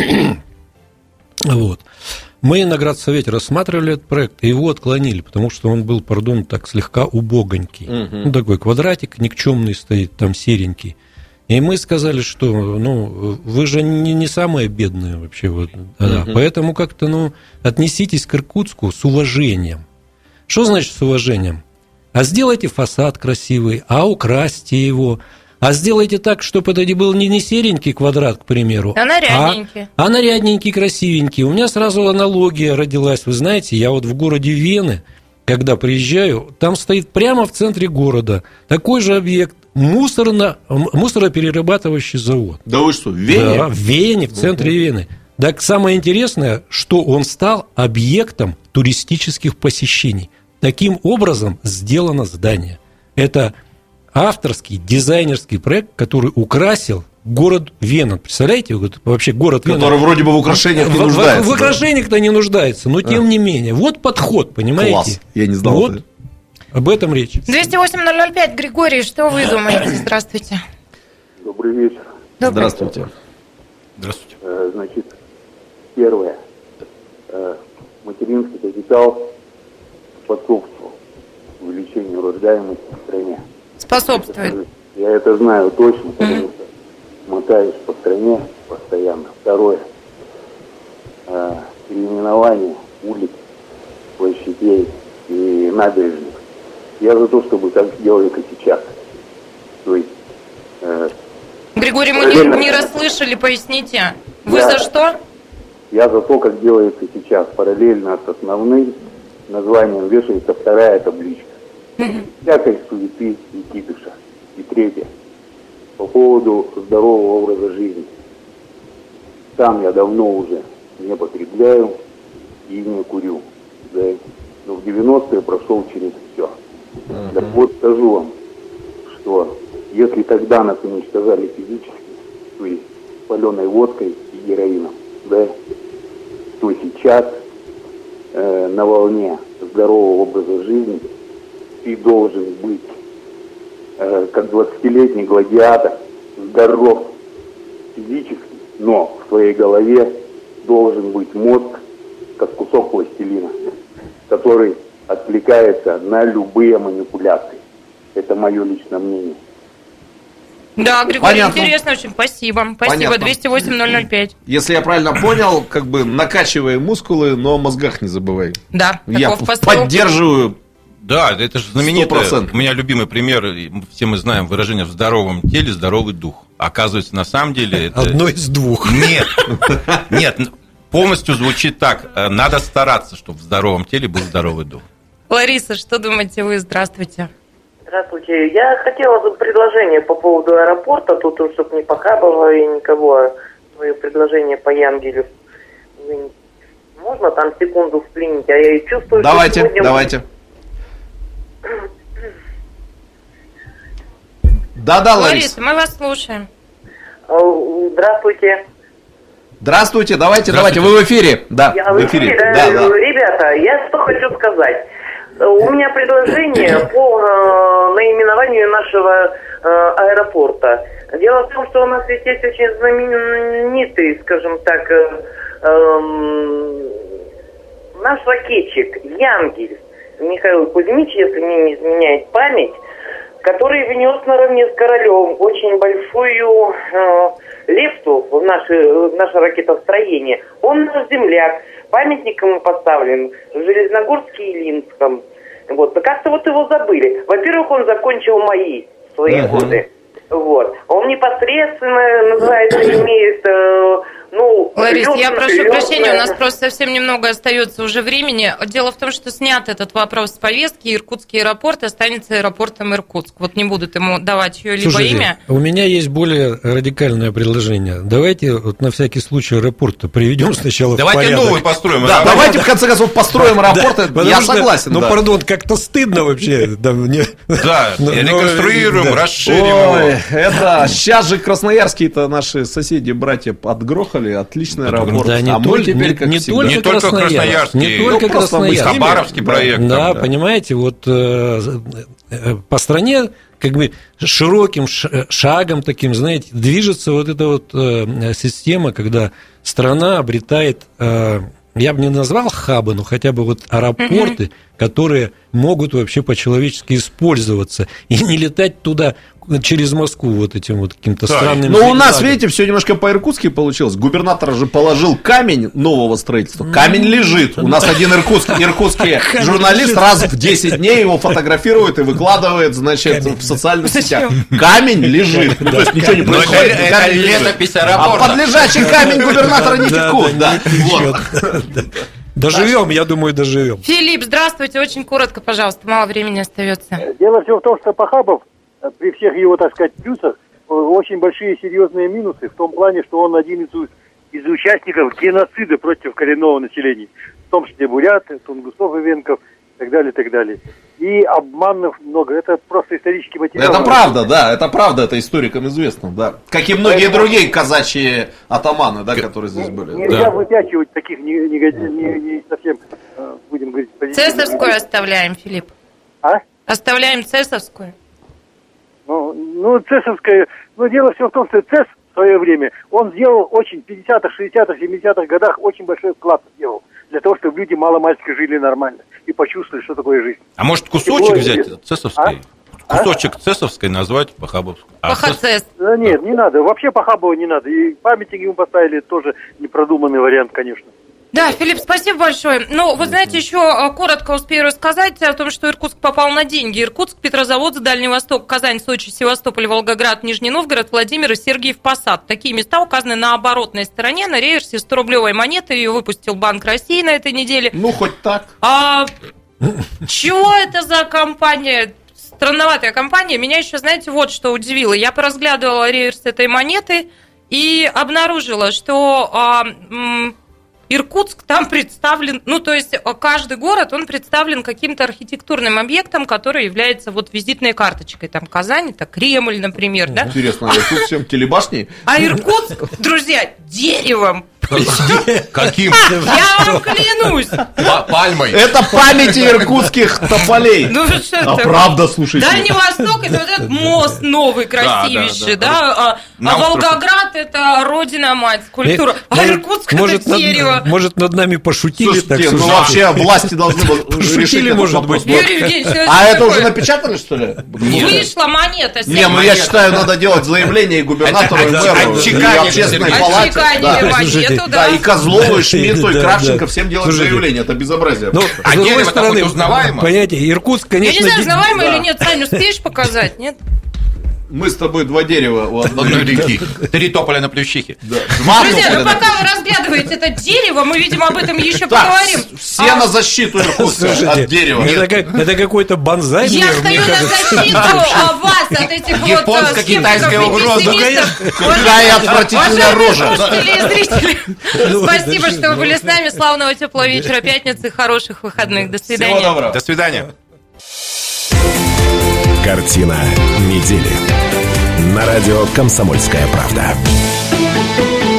Вот. Мы на Градсовете рассматривали этот проект, и его отклонили, потому что он был, пардон, так слегка убогонький. Угу. Ну, такой квадратик никчемный стоит, там серенький. И мы сказали, что ну, вы же не, не самые бедные вообще. Вот, да, угу. Поэтому как-то ну, отнеситесь к Иркутску с уважением. Что значит с уважением? А сделайте фасад красивый, а украсьте его, А сделайте так, чтобы это был не, не серенький квадрат, к примеру, а нарядненький. А, а нарядненький, красивенький. У меня сразу аналогия родилась. Вы знаете, я вот в городе Вены, когда приезжаю, там стоит прямо в центре города такой же объект, мусорно, мусороперерабатывающий завод. Да вы что, в Вене? Да, в Вене, в центре угу. Вены. Так самое интересное, что он стал объектом туристических посещений. Таким образом сделано здание. Это авторский дизайнерский проект, который украсил город Вена. Представляете, вот, вообще город Вена. Который вроде бы в украшениях не нуждается. В, в украшениях-то не нуждается, но тем а. не менее. Вот подход, понимаете? Класс, я не знал. Вот об этом речь. двести восемь ноль ноль пять, Григорий, что вы думаете? Здравствуйте. Добрый вечер. Добрый. Здравствуйте. Здравствуйте. Значит, первое. Материнский капитал способствовал увеличению рождаемости в стране. Способствует. Я это знаю точно, потому mm-hmm. что мотаюсь по стране постоянно. Второе. Переименование улиц, площадей и набережных. Я за то, чтобы так сделали, как сейчас. То есть... Э, Григорий, мы не, не расслышали, поясните. Вы я, за что? Я за то, как делается сейчас. Параллельно с основным названием вешается вторая табличка. Mm-hmm. Всякой суеты и кипиша. И третье. По поводу здорового образа жизни. Сам я давно уже не потребляю и не курю. Да? Но в девяностые прошел через все. Uh-huh. Так вот скажу вам, что если тогда нас уничтожали физически, то есть паленой водкой и героином, да, то сейчас э, на волне здорового образа жизни ты должен быть э, как двадцатилетний гладиатор, здоров физически, но в своей голове должен быть мозг, как кусок пластилина, который откликается на любые манипуляции. Это мое личное мнение. Да, Григорий, понятно. Интересно очень. Спасибо. Спасибо. двести восемь ноль ноль пять. Если я правильно понял, как бы накачивай мускулы, но о мозгах не забывай. Да. Я поддерживаю. Да, это же знаменитое. У меня любимый пример, все мы знаем выражение: в здоровом теле здоровый дух. Оказывается, на самом деле это... Одно из двух. Нет, нет, полностью звучит так. Надо стараться, чтобы в здоровом теле был здоровый дух. Лариса, что думаете вы? Здравствуйте. Здравствуйте. Я хотела предложение по поводу аэропорта, тут, чтобы не Похабова и никого, свое предложение по Янгелю. Можно там секунду вклинить? А я чувствую, давайте, что сегодня... давайте. Да-да, Лариса. Лариса, мы вас слушаем. Здравствуйте. Здравствуйте, давайте, давайте, вы в эфире. Да, я в эфире. Да, да, да. Ребята, я что хочу сказать. У меня предложение по э, наименованию нашего э, аэропорта. Дело в том, что у нас ведь есть очень знаменитый, скажем так, э, э, наш ракетчик Янгель Михаил Кузьмич, если мне не изменяет память, который внес наравне с Королем очень большую э, лепту в наше, в наше ракетостроение. Он наш земляк, памятник ему поставлен в Железногорске и Илимском. Вот. Но как-то вот его забыли. Во-первых, он закончил мои свои uh-huh. годы. Вот. Он непосредственно, называется, имеет... Э, ну, Ларис, лётное, я прошу лётное... прощения, у нас просто совсем немного остается уже времени. Дело в том, что снят этот вопрос с повестки, Иркутский аэропорт останется аэропортом Иркутск. Вот не будут ему давать чье-либо Слушайте, имя. У меня есть более радикальное предложение. Давайте вот на всякий случай аэропорт приведем сначала давайте в порядок. Давайте новый построим. Да, давайте в конце концов построим аэропорт. Я согласен. Ну, пардон, как-то стыдно вообще. Да, реконструируем, расширим его. Это сейчас же красноярские-то наши соседи, братья, отгрохали. Отличный аэропорт. Да, не а только, мы теперь, не, как не всегда. только, не только Красноярский, не только ну, Красноярский. Хабаровский проект. Да, там, да, понимаете, вот э, по стране как бы широким шагом таким, знаете, движется вот эта вот э, система, когда страна обретает, э, я бы не назвал хабы, но хотя бы вот аэропорты, mm-hmm. которые могут вообще по-человечески использоваться и не летать туда через Москву вот этим вот каким-то да. странным... Ну, у нас, видите, все немножко по-иркутски получилось. Губернатор же положил камень нового строительства. Камень лежит. У нас один иркутский, иркутский журналист раз в десять дней его фотографирует и выкладывает, значит, в социальных сетях. Камень лежит. Ну, то есть ничего не происходит. Это летопись аэропорта. А подлежащий камень губернатора не текут. Да, Доживем, я думаю, доживем. Филипп, здравствуйте, очень коротко, пожалуйста, мало времени остается. Дело все в том, что Пахабов, при всех его, так сказать, плюсах, очень большие серьезные минусы в том плане, что он один из, из участников геноцида против коренного населения. В том числе буряты, тунгусов и венков и так далее, и так далее. И обманов много. Это просто исторический материал. Это правда, да, это правда, это историкам известно, да. Как и многие Поэтому... другие казачьи атаманы, да, которые здесь были. Нельзя да. выпячивать таких не, не, не, не совсем, будем говорить, позитивных. Цесовскую оставляем, Филипп. А? Оставляем Цесовскую. Ну, ну, Цесовская, ну, дело все в том, что Цес в свое время, он сделал очень, в пятидесятых, шестидесятых, семидесятых годах очень большой вклад сделал, для того, чтобы люди мало-мальски жили нормально и почувствовали, что такое жизнь. А может кусочек взять Цесовской? А? Кусочек а? Цесовской назвать Пахабовской? А Пахацес. Да нет, не надо, вообще Пахабова не надо, и памятник ему поставили, тоже непродуманный вариант, конечно. Да, Филипп, спасибо большое. Ну, вы знаете, еще коротко успею рассказать о том, что Иркутск попал на деньги. Иркутск, Петрозаводск, Дальний Восток, Казань, Сочи, Севастополь, Волгоград, Нижний Новгород, Владимир и Сергиев Посад. Такие места указаны на оборотной стороне, на реверсе сто-рублевой монеты. Ее выпустил Банк России на этой неделе. Ну, хоть так. А чего это за компания? Странноватая компания. Меня еще, знаете, вот что удивило. Я поразглядывала реверс этой монеты и обнаружила, что... А, м- Иркутск там представлен, ну, то есть каждый город, он представлен каким-то архитектурным объектом, который является вот визитной карточкой. Там Казань, это Кремль, например, да? Интересно, а Иркутск всем телебашней? А Иркутск, друзья, деревом. Каким? Я вам клянусь. Пальмой. Это памяти иркутских тополей. Ну, что а это? Правда, слушайте. Дальний Восток, это вот этот мост новый, красивейший, да? да, да, да. А, а Волгоград, это родина-мать, культура. А может, Иркутск, может, это дерево. Над, может, над нами пошутили? Слушайте, так, ну вообще власти должны решить этот может быть. Юрий Евгеньевич, а это уже напечатали, что ли? Вышла монета. Не, ну я считаю, надо делать заявление и губернатору, и мэру, и общественной палате. Отчеканили монету, да. И Козлову, и Шмидту, и Кравченко, всем делать заявление. Это безобразие. А дерево такое узнаваемо? Понятие, Иркутск, конечно... Я не знаю, узнаваемо или нет, Сань, успеешь показать, нет? Мы с тобой два дерева у одной реки. Три тополя на Плющихе. Друзья, ну пока вы разглядываете это дерево, мы, видимо, об этом еще поговорим. Все на защиту Иркутска от дерева. Это какой-то бонзай. Я стою на защиту вас от этих вот японско-китайская угроза. Какая отвратительная рожа. Зрители, спасибо, что вы были с нами. Славного теплого вечера пятницы, хороших выходных. До свидания. Всего доброго. До свидания. Картина недели. На радио «Комсомольская правда».